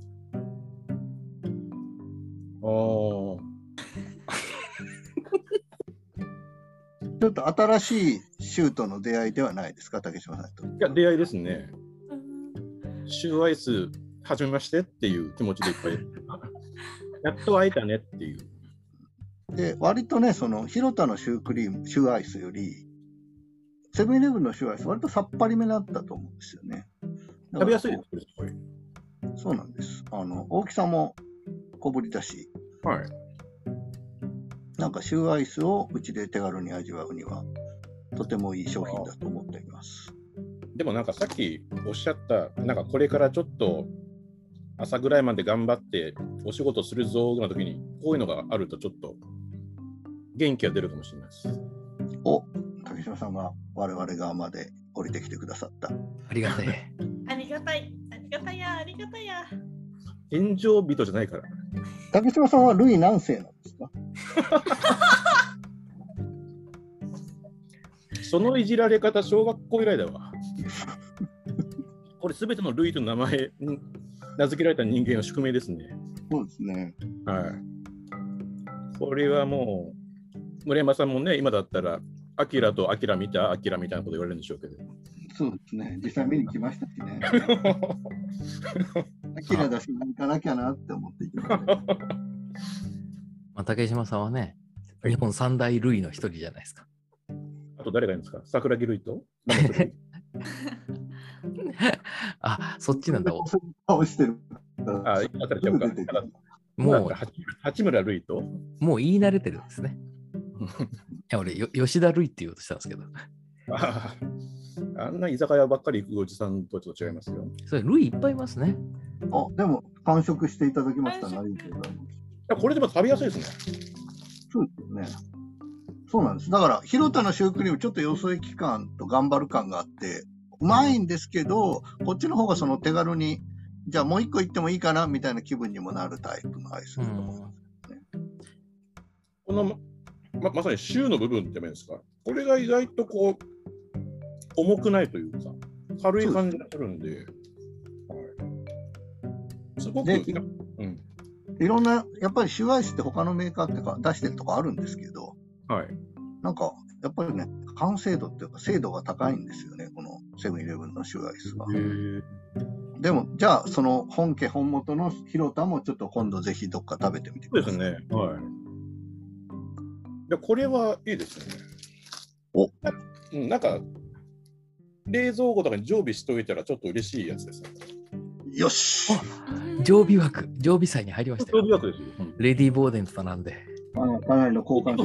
ちょっと新しいシューとの出会いではないですか、竹島さんと。 いや、出会いですね。シューアイス、はじめましてっていう気持ちでいっぱい。やっと会えたねっていう。 で、割とね、その広田のシューアイスより、セブンイレブンのシューアイス、割とさっぱりめだったと思うんですよね。 食べやすいです、これ。 そうなんです。大きさも小ぶりだし、 はい。 なんかシューアイスをうちで手軽に味わうには、とてもいい商品だと思っています。 でもなんかさっきおっしゃった、なんかこれからちょっと朝ぐらいまで頑張ってお仕事するぞの時に、こういうのがあるとちょっと元気が出るかもしれないです。 竹島さんが我々側まで降りてきてくださった。 ありがたい。 ありがたい。ありがたいや。ありがたいや。 炎上人じゃないから。 竹島さんはルイ何世なんですか？ そのいじられ方、小学校以来だわ。これすべてのルイと名前に名付けられた人間の宿命ですね。 そうですね。 はい。これはもう、村山さんもね、今だったら、アキラとアキラ見た、アキラみたいなこと言われるんでしょうけど。 そうですね。実際見に来ましたしね。アキラだし、行かなきゃなって思っていきました。 まあ、竹島さんはね、日本三大類の一人じゃないですか。 あと誰がいるんですか？桜木類とあ、そっちなんだ。 顔してる。 あ、当たれちゃうか。 もう八村塁ともう言い慣れてるんですね。いや俺吉田類って言おうとしたんですけど。 あんな居酒屋ばっかり行くおじさんとちょっと違いますよ。 それ類いっぱいいますね。 あ、でも完食していただきましたね。ありがとうございます。 これでも食べやすいですね。 そうですよね。そうなんです。だから広田のシュークリームちょっとよそ行き感と頑張る感があってうまいんですけど、こっちの方がその手軽にじゃあもう一個行ってもいいかなみたいな気分にもなるタイプのアイスだと思いますね。 このまさにシューの部分って言うんですか。これが意外とこう重くないというか軽い感じがするんで、はい、すごくいろんなやっぱりシューアイスって他のメーカーってか出してるとこあるんですけど、 はい、 なんかやっぱりね完成度っていうか精度が高いんですよね、このセブンイレブンのシューアイスは。でもじゃあその本家本元の広田もちょっと今度ぜひどっか食べてみてください。 そうですね。はい。でこれはいいですよね。なんか冷蔵庫とかに常備しておいたらちょっと嬉しいやつですね。 よし。 常備枠、常備菜に入りましたよ。 常備枠ですよ。 レディー・ボーデンと並んで。 かなりの交換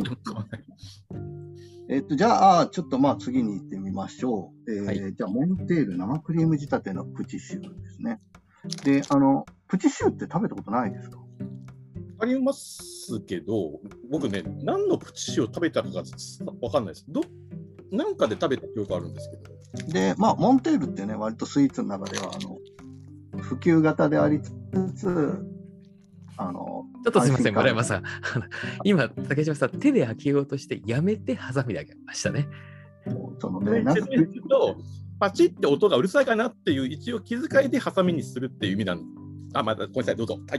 じゃあちょっとまあ次に行ってみましょう。 はい、 じゃあモンテール生クリーム仕立てのプチシューですね。でプチシューって食べたことないですか？ ありますけど、僕ね、何のプチシューを食べたかがわかんないです。なんかで食べた記憶あるんですけど。 で、まあ、モンテールってね、割とスイーツの中では、普及型でありつつ、 ちょっとすみません、村山さん。今、竹島さん、手で開けようとして、やめてハサミで開けましたね。 そのね、 説明すると、パチって音がうるさいかなっていう、一応気遣いでハサミにするっていう意味なんです。また、ごめんなさい、どうぞ。はい。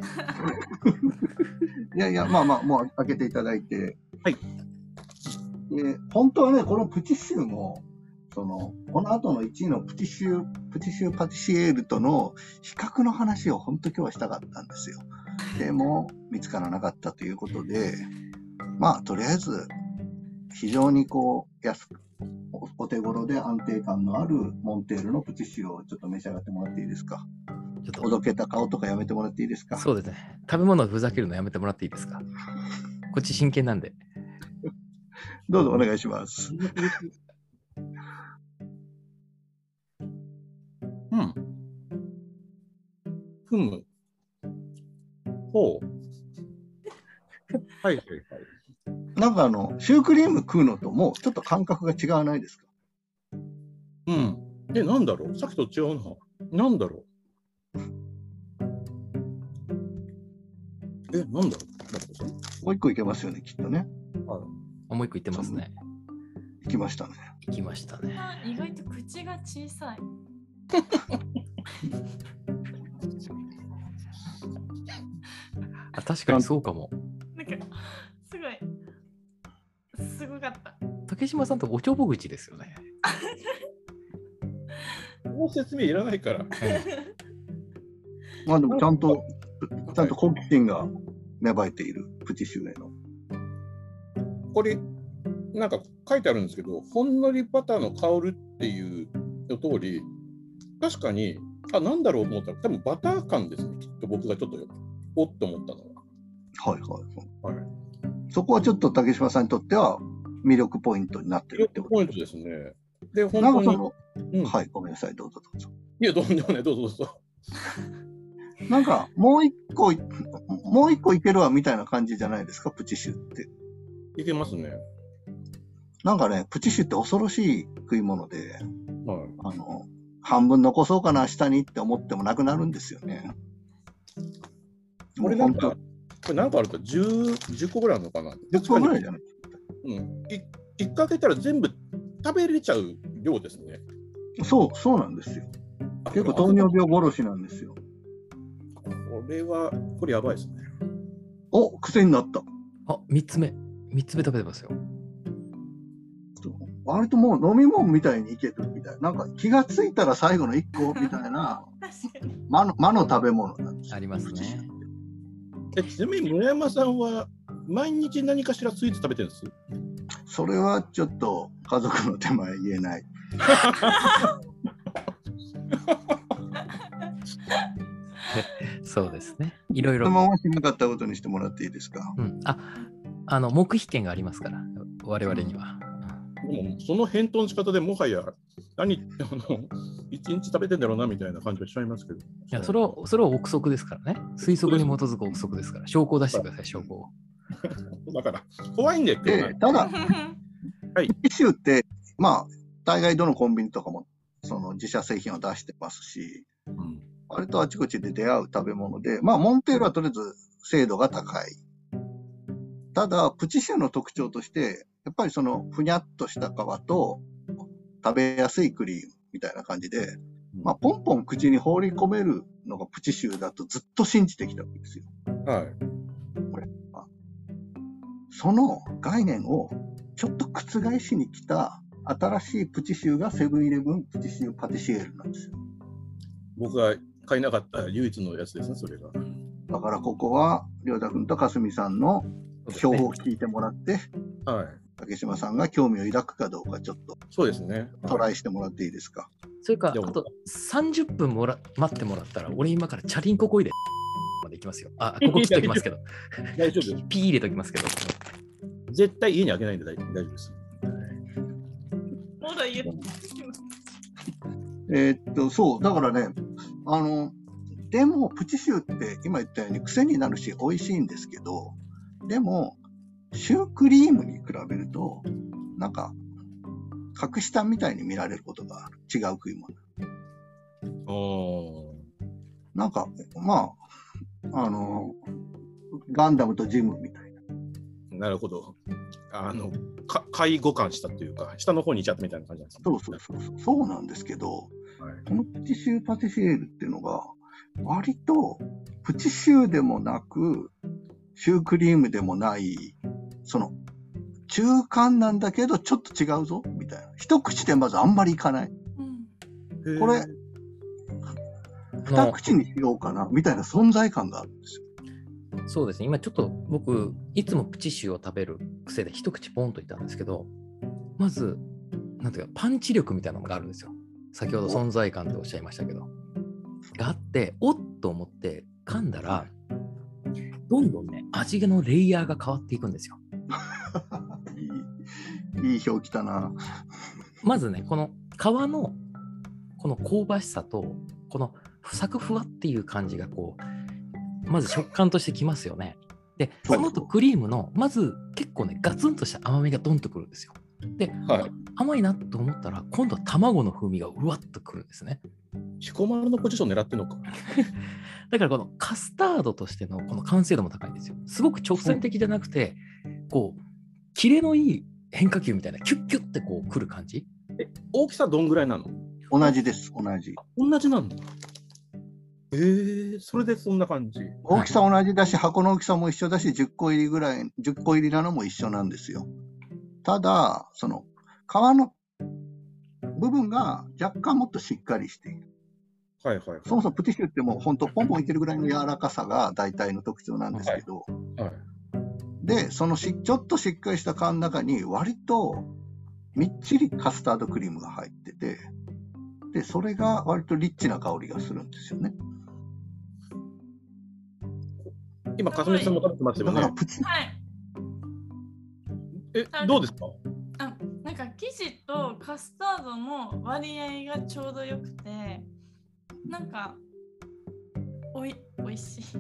いやいや、まあまあ、もう開けていただいて。 はい。 本当はね、このプチシューも、この後の1位のプチシューパティシエールとの比較の話を本当今日はしたかったんですよ。でも、見つからなかったということで、まあ、とりあえず、非常に安く、お手頃で安定感のあるモンテールのプチシューをちょっと召し上がってもらっていいですか？ちょっとおどけた顔とかやめてもらっていいですか？ そうですね。食べ物をふざけるのやめてもらっていいですか？こっち真剣なんで。 どうぞお願いします。 ほう。はいはいはい。 なんかシュークリーム食うのともうちょっと感覚が違わないですか？ なんだろう、さっきと違うな。なんだろう。なんだろう。 もう一個いけますよね、きっとね。 もう一個いってますね。 いきましたね。 いきましたね。 意外と口が小さい。 確かにそうかも。 なんかすごかった。 竹島さんとおちょぼ口ですよね。 もう説明いらないから。 まあでもちゃんと好奇心が芽生えているプチシューへの。 これなんか書いてあるんですけど、ほんのりバターの香るっていうの通り、確かになんだろうと思ったら多分バター感ですね。きっと僕がちょっとおっと思ったのは。はい。 そこはちょっと竹島さんにとっては魅力ポイントになってるってことポイントですね。で、本当に。 はい、ごめんなさい、どうぞどうぞ。 いや、どうでもね、どうぞどうぞ。 なんか、もう一個いけるわみたいな感じじゃないですか、プチシューって。 いけますね。 なんかね、プチシューって恐ろしい食い物で、 はい、 半分残そうかな、下にって思ってもなくなるんですよね。 これなんかあるか10個ぐらいあるのかな。 10個ぐらいじゃないですか。1かけたら全部食べれちゃう量ですね。 そうなんですよ。結構糖尿病殺しなんですよ。 これやばいですね。 癖になった。 3つ目食べてますよ。 割ともう飲み物みたいにいけるみたいな。なんか気がついたら最後の1個みたいな魔の食べ物なんですよ。 ありますね。 ちなみに村山さんは毎日何かしらスイーツ食べてるんです？ それはちょっと家族の手前言えない。 そうですね。いろいろ。 そのまましなかったことにしてもらっていいですか。 うん、黙秘権がありますから、我々には。 でもその返答の仕方でもはや一日食べてんだろうなみたいな感じはしちゃいますけど。 いや、それは憶測ですからね。推測に基づく憶測ですから、証拠を出してください、証拠を。 だから、怖いんだよって。 で、ただ、 はい。 プティシューって、まあ、大概どのコンビニとかも、その自社製品を出してますし、割とあちこちで出会う食べ物で、まあ、モンテールはとりあえず精度が高い。ただ、プチシューの特徴として、やっぱりそのふにゃっとした皮と食べやすいクリームみたいな感じで、まあ、ポンポン口に放り込めるのがプチシューだとずっと信じてきたわけですよ。 はい。 これその概念をちょっと覆しに来た新しいプチシューがセブンイレブンプチシューパティシエールなんですよ。 僕が買えなかった唯一のやつですね、それが。 だからここは、りょうたくんとかすみさんの情報を聞いてもらって、 はい。 竹島さんが興味を抱くかどうかちょっとそうですね。 トライしてもらっていいですか。 それか、あでもと30分待ってもらったら、俺今からチャリンコこいでまで行きますよ。あ、ここ切っときますけど。 大丈夫です。 ピー入れときますけど。 絶対家にあげないんで大丈夫です。 まだ言うそう、だからね、でも、プチシューって今言ったように癖になるし美味しいんですけど、でも、シュークリームに比べると、なんか、格下みたいに見られることがある。違う食い物。なんか、まあ、ガンダムとジムみたいな。 なるほど。介護感したっていうか、下の方にいちゃったみたいな感じなんですね。 そうなんですけど、 はい、 このプチシューパティシエールっていうのが、割とプチシューでもなく、シュークリームでもない、その、中間なんだけど、ちょっと違うぞ、みたいな。一口でまずあんまりいかない。これ、二口にしようかな、みたいな存在感があるんですよ。 そうですね。今ちょっと僕、いつもプチシューを食べる癖で一口ポンといったんですけど、まず、なんていうか、パンチ力みたいなのがあるんですよ。先ほど存在感っておっしゃいましたけど。があって、おっと思って噛んだら、どんどんね、味のレイヤーが変わっていくんですよ。 いい表記だな。 まずね、この皮のこの香ばしさと、このサクふわっていう感じがこう、まず食感としてきますよね。で、その後クリームの、まず結構ね、ガツンとした甘みがドンとくるんですよ。で、甘いなと思ったら、今度は卵の風味がうわっとくるんですね。 彦摩呂のポジション狙ってるのか。 だからこのカスタードとしてのこの完成度も高いんですよ。すごく直線的じゃなくて、こう、キレのいい変化球みたいな、キュッキュッてこうくる感じ。 大きさどんぐらいなの？ 同じです、同じ。 同じなんだ。それでそんな感じ。 大きさ同じだし、箱の大きさも一緒だし、10個入りぐらい、10個入りなのも一緒なんですよ。ただ、その、皮の部分が若干もっとしっかりしている。 はいはい。 そもそもプティシューってもう本当ポンポンいけるぐらいの柔らかさが大体の特徴なんですけど、で、そのちょっとしっかりした皮の中に割とみっちりカスタードクリームが入ってて、で、それが割とリッチな香りがするんですよね。 今、かすみさんも食べてますよね。 はい。 どうですか？ なんか生地とカスタードの割合がちょうどよくて、なんかおいしい。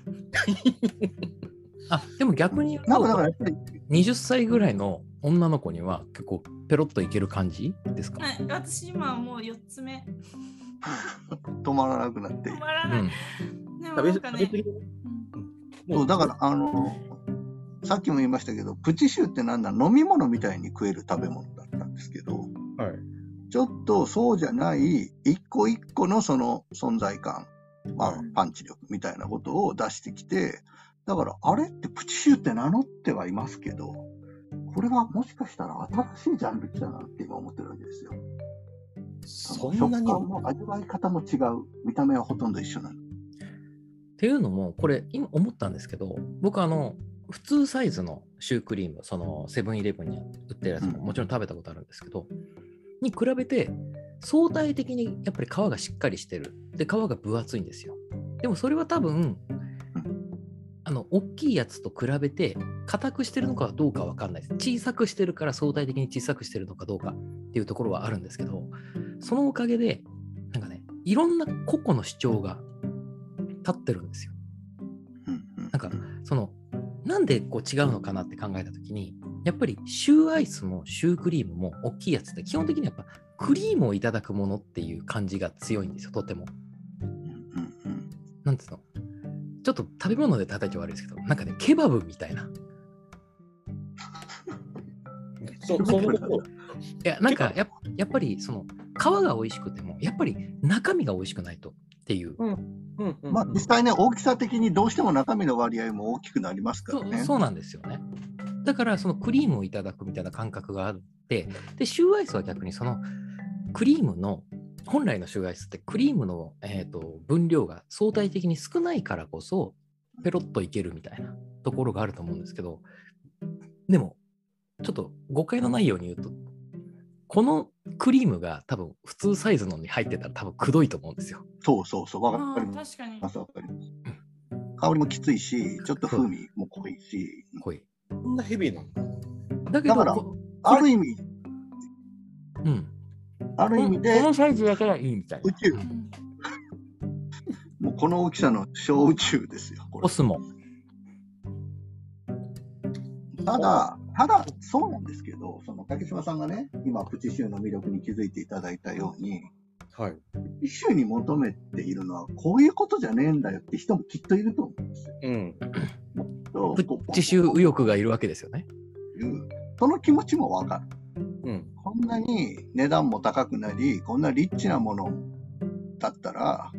でも逆に言うと、20歳ぐらいの女の子には結構ペロッといける感じですか？ 私今もう4つ目。 止まらなくなっている。 止まらない。でもなんかね。 そうだからさっきも言いましたけど、プチシューってなんだ、飲み物みたいに食える食べ物だったんですけど、ちょっとそうじゃない一個一個のその存在感、パンチ力みたいなことを出してきて、だからあれってプチシューって名乗ってはいますけど、これはもしかしたら新しいジャンル来たなって今思ってるわけですよ。 そんなに食感も味わい方も違う、見た目はほとんど一緒なの。 っていうのも、これ今思ったんですけど、僕普通サイズのシュークリーム、そのセブンイレブンに売ってるやつももちろん食べたことあるんですけど、に比べて相対的にやっぱり皮がしっかりしてる。で、皮が分厚いんですよ。でもそれは多分、大きいやつと比べて硬くしてるのかどうかわかんないです。小さくしてるから相対的に小さくしてるのかどうかっていうところはあるんですけど、そのおかげで、なんかね、いろんな個々の主張が立ってるんですよ。なんか、なんでこう違うのかなって考えたときに、やっぱりシューアイスもシュークリームも大きいやつって基本的にやっぱクリームをいただくものっていう感じが強いんですよ、とても。なんつうの、ちょっと食べ物で叩いて悪いですけど、なんかね、ケバブみたいな。 そのこといや、なんかやっぱり皮が美味しくても、やっぱり中身が美味しくないとっていう。 まあ実際ね、大きさ的にどうしても中身の割合も大きくなりますからね。 そうなんですよね。だからそのクリームをいただくみたいな感覚があって、で、シューアイスは逆にそのクリームの、本来のシューアイスってクリームの、分量が相対的に少ないからこそ、ペロッといけるみたいなところがあると思うんですけど、でも、ちょっと誤解のないように言うと、このクリームが多分普通サイズのに入ってたら多分くどいと思うんですよ。 そうそうそう、わかりま確かに。 す。わかります。香りもきついし、ちょっと風味も濃いし。 濃い。 こんなヘビーなの？ だけど、 だからある意味、ある意味でこのサイズだからいいみたいな。 宇宙、もうこの大きさの小宇宙ですよ。これオスモ。 ただそうなんですけど、その竹島さんがね、今プチシューの魅力に気づいていただいたように、 はい。 プチシューに求めているのはこういうことじゃねえんだよって人もきっといると思うんですよ。 プチシュー右翼がいるわけですよね。 その気持ちもわかる。 うん。 こんなに値段も高くなり、こんなリッチなものだったら、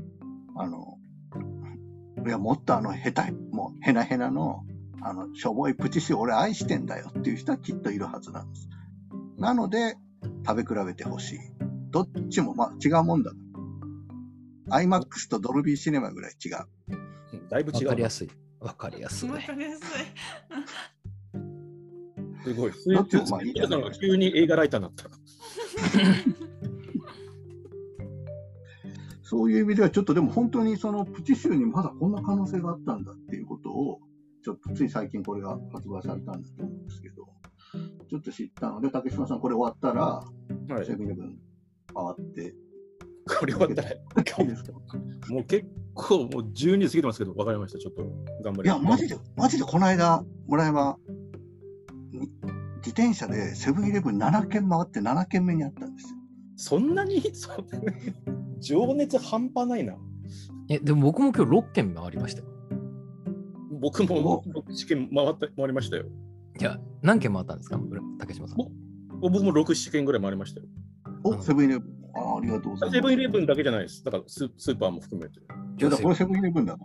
いや、もっと下手、もうヘナヘナの、しょぼいプチシュー俺愛してんだよっていう人はきっといるはずなんです。なので、食べ比べてほしい。どっちもまあ違うもんだ。IMAX とドルビーシネマぐらい違う。 だいぶ違う。 わかりやすい。わかりやすい。 わかりやすい。 すごい。 どっちもまあいいじゃないなんか急に映画ライターになった。 そういう意味ではちょっとでも本当にそのプチシューにまだこんな可能性があったんだっていうことを、ちょっとつい最近これが発売されたんだと思うんですけど、ちょっと知ったので、竹島さんこれ終わったら、 はい。 セブンイレブン回って、 これ終わったら、 いいですか？ もう結構もう12過ぎてますけど、わかりました。ちょっと頑張りいや、マジでこの間、村山、自転車でセブンイレブン7軒回って7軒目にあったんですよ。 そんなに情熱半端ないな。 でも僕も今日6軒回りましたよ。 僕も6軒回りましたよ。 いや、何軒回ったんですか、竹島さん。 僕も6、7軒ぐらい回りましたよ。 セブンイレブン。ありがとうございます。 セブンイレブンだけじゃないです。だからスーパーも含めて。 いや、だからこれセブンイレブンだから。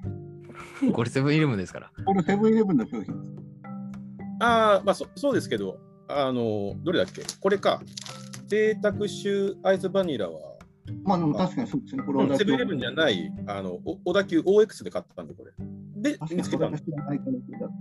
これセブンイレブンですから。 これセブンイレブンの商品です。 ああ、まあそうですけど、どれだっけ？これか。贅沢酒アイスバニラは、 まあでも確かにそうですね。これはセブンイレブンじゃない、小田急 OX で買ったんで、これ。で、見つけたんです。 知らない可能性だった。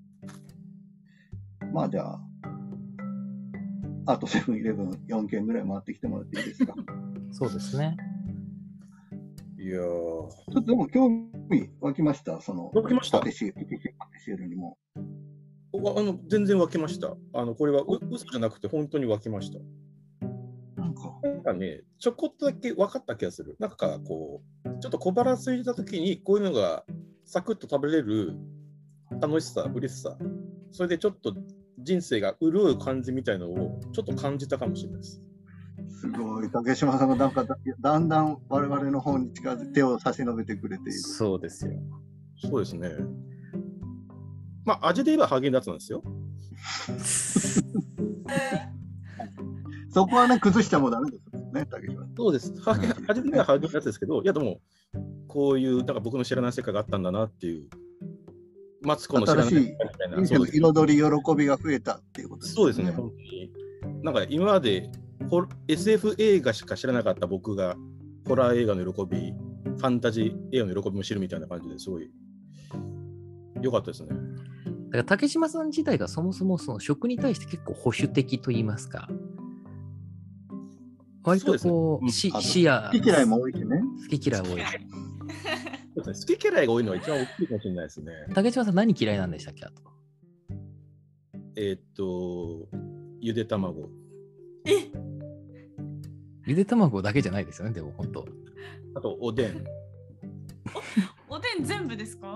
まあじゃあ、あとセブンイレブン4軒ぐらい回ってきてもらっていいですか。 そうですね。 いやー。 ちょっとでも興味湧きました。その、 湧きましたパティシエルにも。 全然湧きました。これは嘘じゃなくて本当に湧きました。なんかね、ちょこっとだけ分かった気がする。なんかこう、ちょっと小腹空いたときにこういうのがサクッと食べれる楽しさ、嬉しさ、それでちょっと人生が潤う感じみたいのをちょっと感じたかもしれないです。 すごい、竹島さんがなんかだんだん我々の方に近づいて手を差し伸べてくれている。 そうですよ。 そうですね。まあ、味で言えばハーゲンダッツなんですよ。 そこはね、崩してもダメですもんね、竹島さん。 そうです。味で言えばハーゲンダッツですけど、いやでも、こういう、なんか僕の知らない世界があったんだなっていう、マツコの知らない世界みたいな。そうです。 彩り、喜びが増えたっていうことですね。 そうですね、本当に。なんか今までSF 映画しか知らなかった僕が、ホラー映画の喜び、フファンタジー映画の喜びも知るみたいな感じですごい良かったですね。 だから竹島さん自体がそもそもその食に対して結構保守的と言いますか、割とこう、 そうですね視野、 好き嫌いも多いしね。 好き嫌い多い。 そうですね好き嫌いが多いのは一番大きいかもしれないですね。 竹島さん何嫌いなんでしたっけ？あと。 ゆで卵。 ゆで卵だけじゃないですよね、でも本当。 あとおでん。 おでん全部ですか？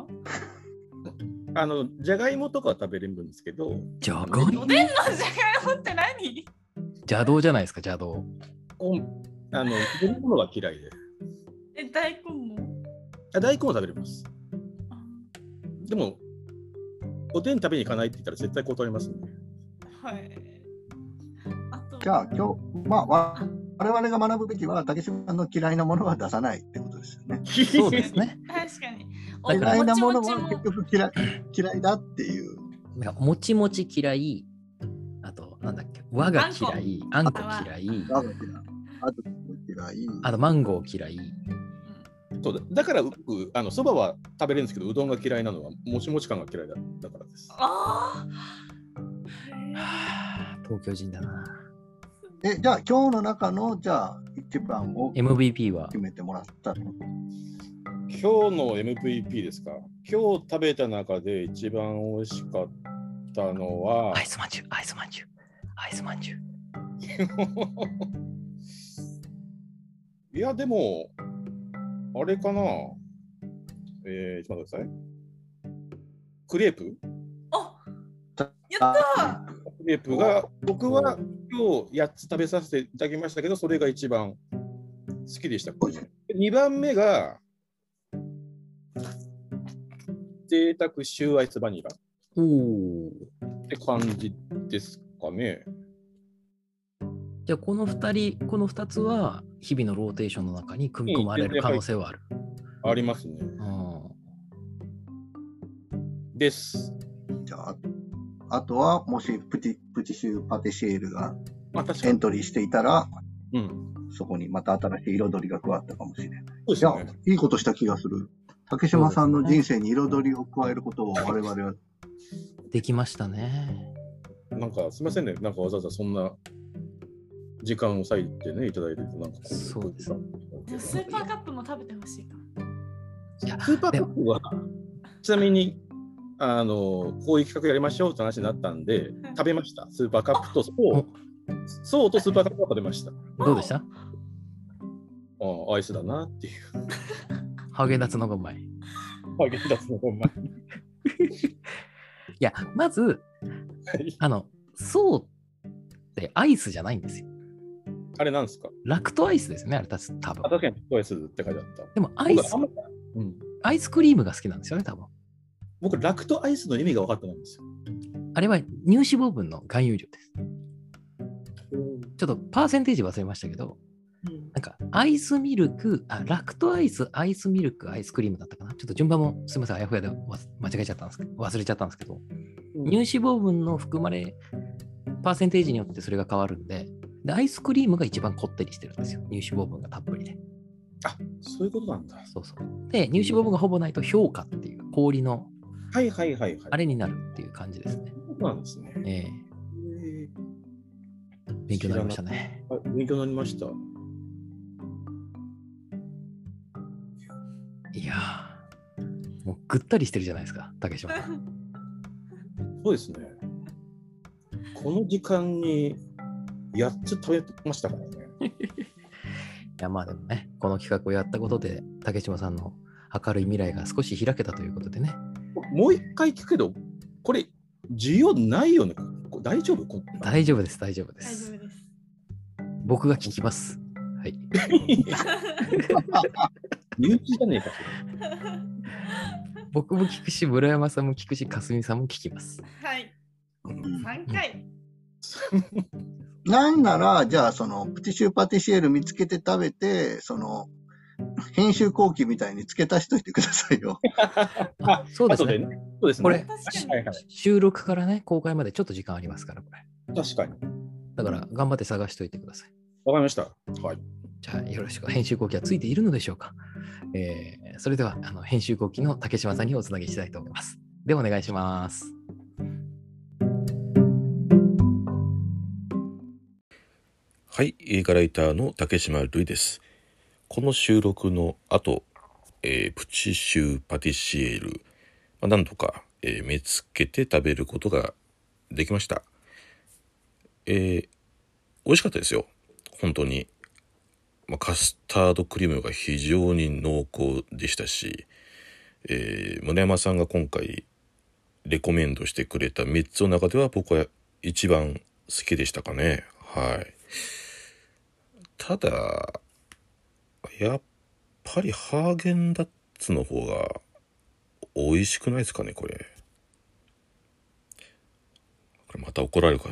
じゃがいもとかは食べれるんですけど、 じゃがいもおでんのじゃがいもって何？ 邪道じゃないですか、邪道。 食べるものが嫌いで。 大根も？ 大根は食べれます。でも、おでん食べに行かないって言ったら絶対断りますね。 はい。あとじゃあ今日、まあ、我々が学ぶべきは、竹島さんの嫌いなものは出さないってことですよね。 そうですね。 確かに。 だから嫌いなものもちもちは結局嫌いだっていう。 なんかもちもち嫌い、あと、なんだっけ、和が嫌い、あんこ嫌い、 あと嫌い。 あとマンゴー嫌い。 そうだから僕、そばは食べれるんですけど、うどんが嫌いなのは、もちもち感が嫌いだからです。 あ東京人だな。 じゃあ今日の中の、じゃあ一番を MVP は決めてもらったの。 今日の MVP ですか。今日食べた中で一番美味しかったのは、 アイスまんじゅう、アイスまんじゅう、アイスまんじゅう。 いや、でも、あれかな。ちょっと待ってください。クレープやったクレープが、僕は今日8つ食べさせていただきましたけど、それが一番好きでした。2番目が、贅沢シューアイスバニラおお。 って感じですかね。 じゃあこの2つは日々のローテーションの中に組み込まれる可能性はある。 ありますね。です。 じゃあ、あとはもしプティシューパティシエールがエントリーしていたら、そこにまた新しい彩りが加わったかもしれない。 そうですね。 いいことした気がする。竹島さんの人生に彩りを加えることを我々はできましたね。 なんかすみませんね。なんかわざわざそんな時間を割いてねいただいてなんかそうです。 スーパーカップも食べてほしいかも。 いやスーパーカップはちなみにこういう企画やりましょうって話になったんで食べました。スーパーカップとそうとスーパーカップは食べました。 どうでした？ アイスだなっていう。 ハーゲンダッツの方がうまい。 ハーゲンダッツの方がうまい。 いや、まず、そうってアイスじゃないんですよ。 あれなんですか？ ラクトアイスですね、あれ多分。 確かにラクトアイスって書いてあった。 でもアイスクリームが好きなんですよね、多分。 僕、ラクトアイスの意味が分かってないんですよ。 あれは乳脂肪分の含有量です。ちょっとパーセンテージ忘れましたけど、なんかアイスミルク、ラクトアイス、アイスミルク、アイスクリームだったかな。ちょっと順番もすみません、あやふやで間違えちゃったんですけど、忘れちゃったんですけど、乳脂肪分の含まれ、パーセンテージによってそれが変わるんで、アイスクリームが一番こってりしてるんですよ。乳脂肪分がたっぷりで。 そういうことなんだ。 そうそう。で、乳脂肪分がほぼないと氷菓っていう氷のあれになるっていう感じですね。 そうなんですね。 勉強になりましたね。 勉強になりました。 いやー、もうぐったりしてるじゃないですか、竹島さん。 そうですね。この時間に8つ食べましたからね。 いや、まあでもね、この企画をやったことで、竹島さんの明るい未来が少し開けたということでね。 もう一回聞くけど、これ、需要ないよね。大丈夫？ 大丈夫です、大丈夫です。僕が聞きます。はい。 身内じゃねえか、 僕も聞くし、村山さんも聞くし、かすみさんも聞きます。 はい。3回。 なんなら、じゃあ、その、プティシューパティシエール見つけて食べて、その、編集後期みたいに付け足しといてくださいよ。 そうですね。 そうですね。 これ、収録からね、公開までちょっと時間ありますから、これ。 確かに。 だから、頑張って探しといてください。 わかりました。はい。 じゃあ、よろしく。編集後期はついているのでしょうか？ それでは編集後期の竹島さんにおつなぎしたいと思います。ではお願いします。 はい、映画ライターの竹島るいです。この収録の後、プチシューパティシエール、なんとか、見つけて食べることができました。美味しかったですよ、本当に。カスタードクリームが非常に濃厚でしたし、村山さんが今回レコメンドしてくれた3つの中では僕は一番好きでしたかね。はい。ただやっぱりハーゲンダッツの方が美味しくないですかね。これまた怒られるかな。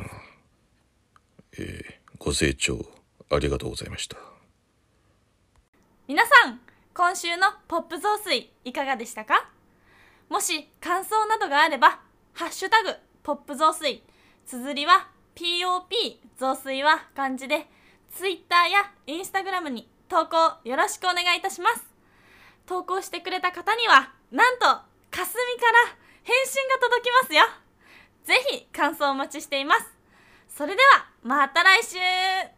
ご清聴ありがとうございました。 皆さん、今週のポップ雑炊いかがでしたか？もし感想などがあれば、ハッシュタグポップ雑炊、綴りは POP、雑炊は漢字で、Twitter や Instagram に投稿よろしくお願いいたします。投稿してくれた方には、なんとかすみから返信が届きますよ。ぜひ感想お待ちしています。それではまた来週。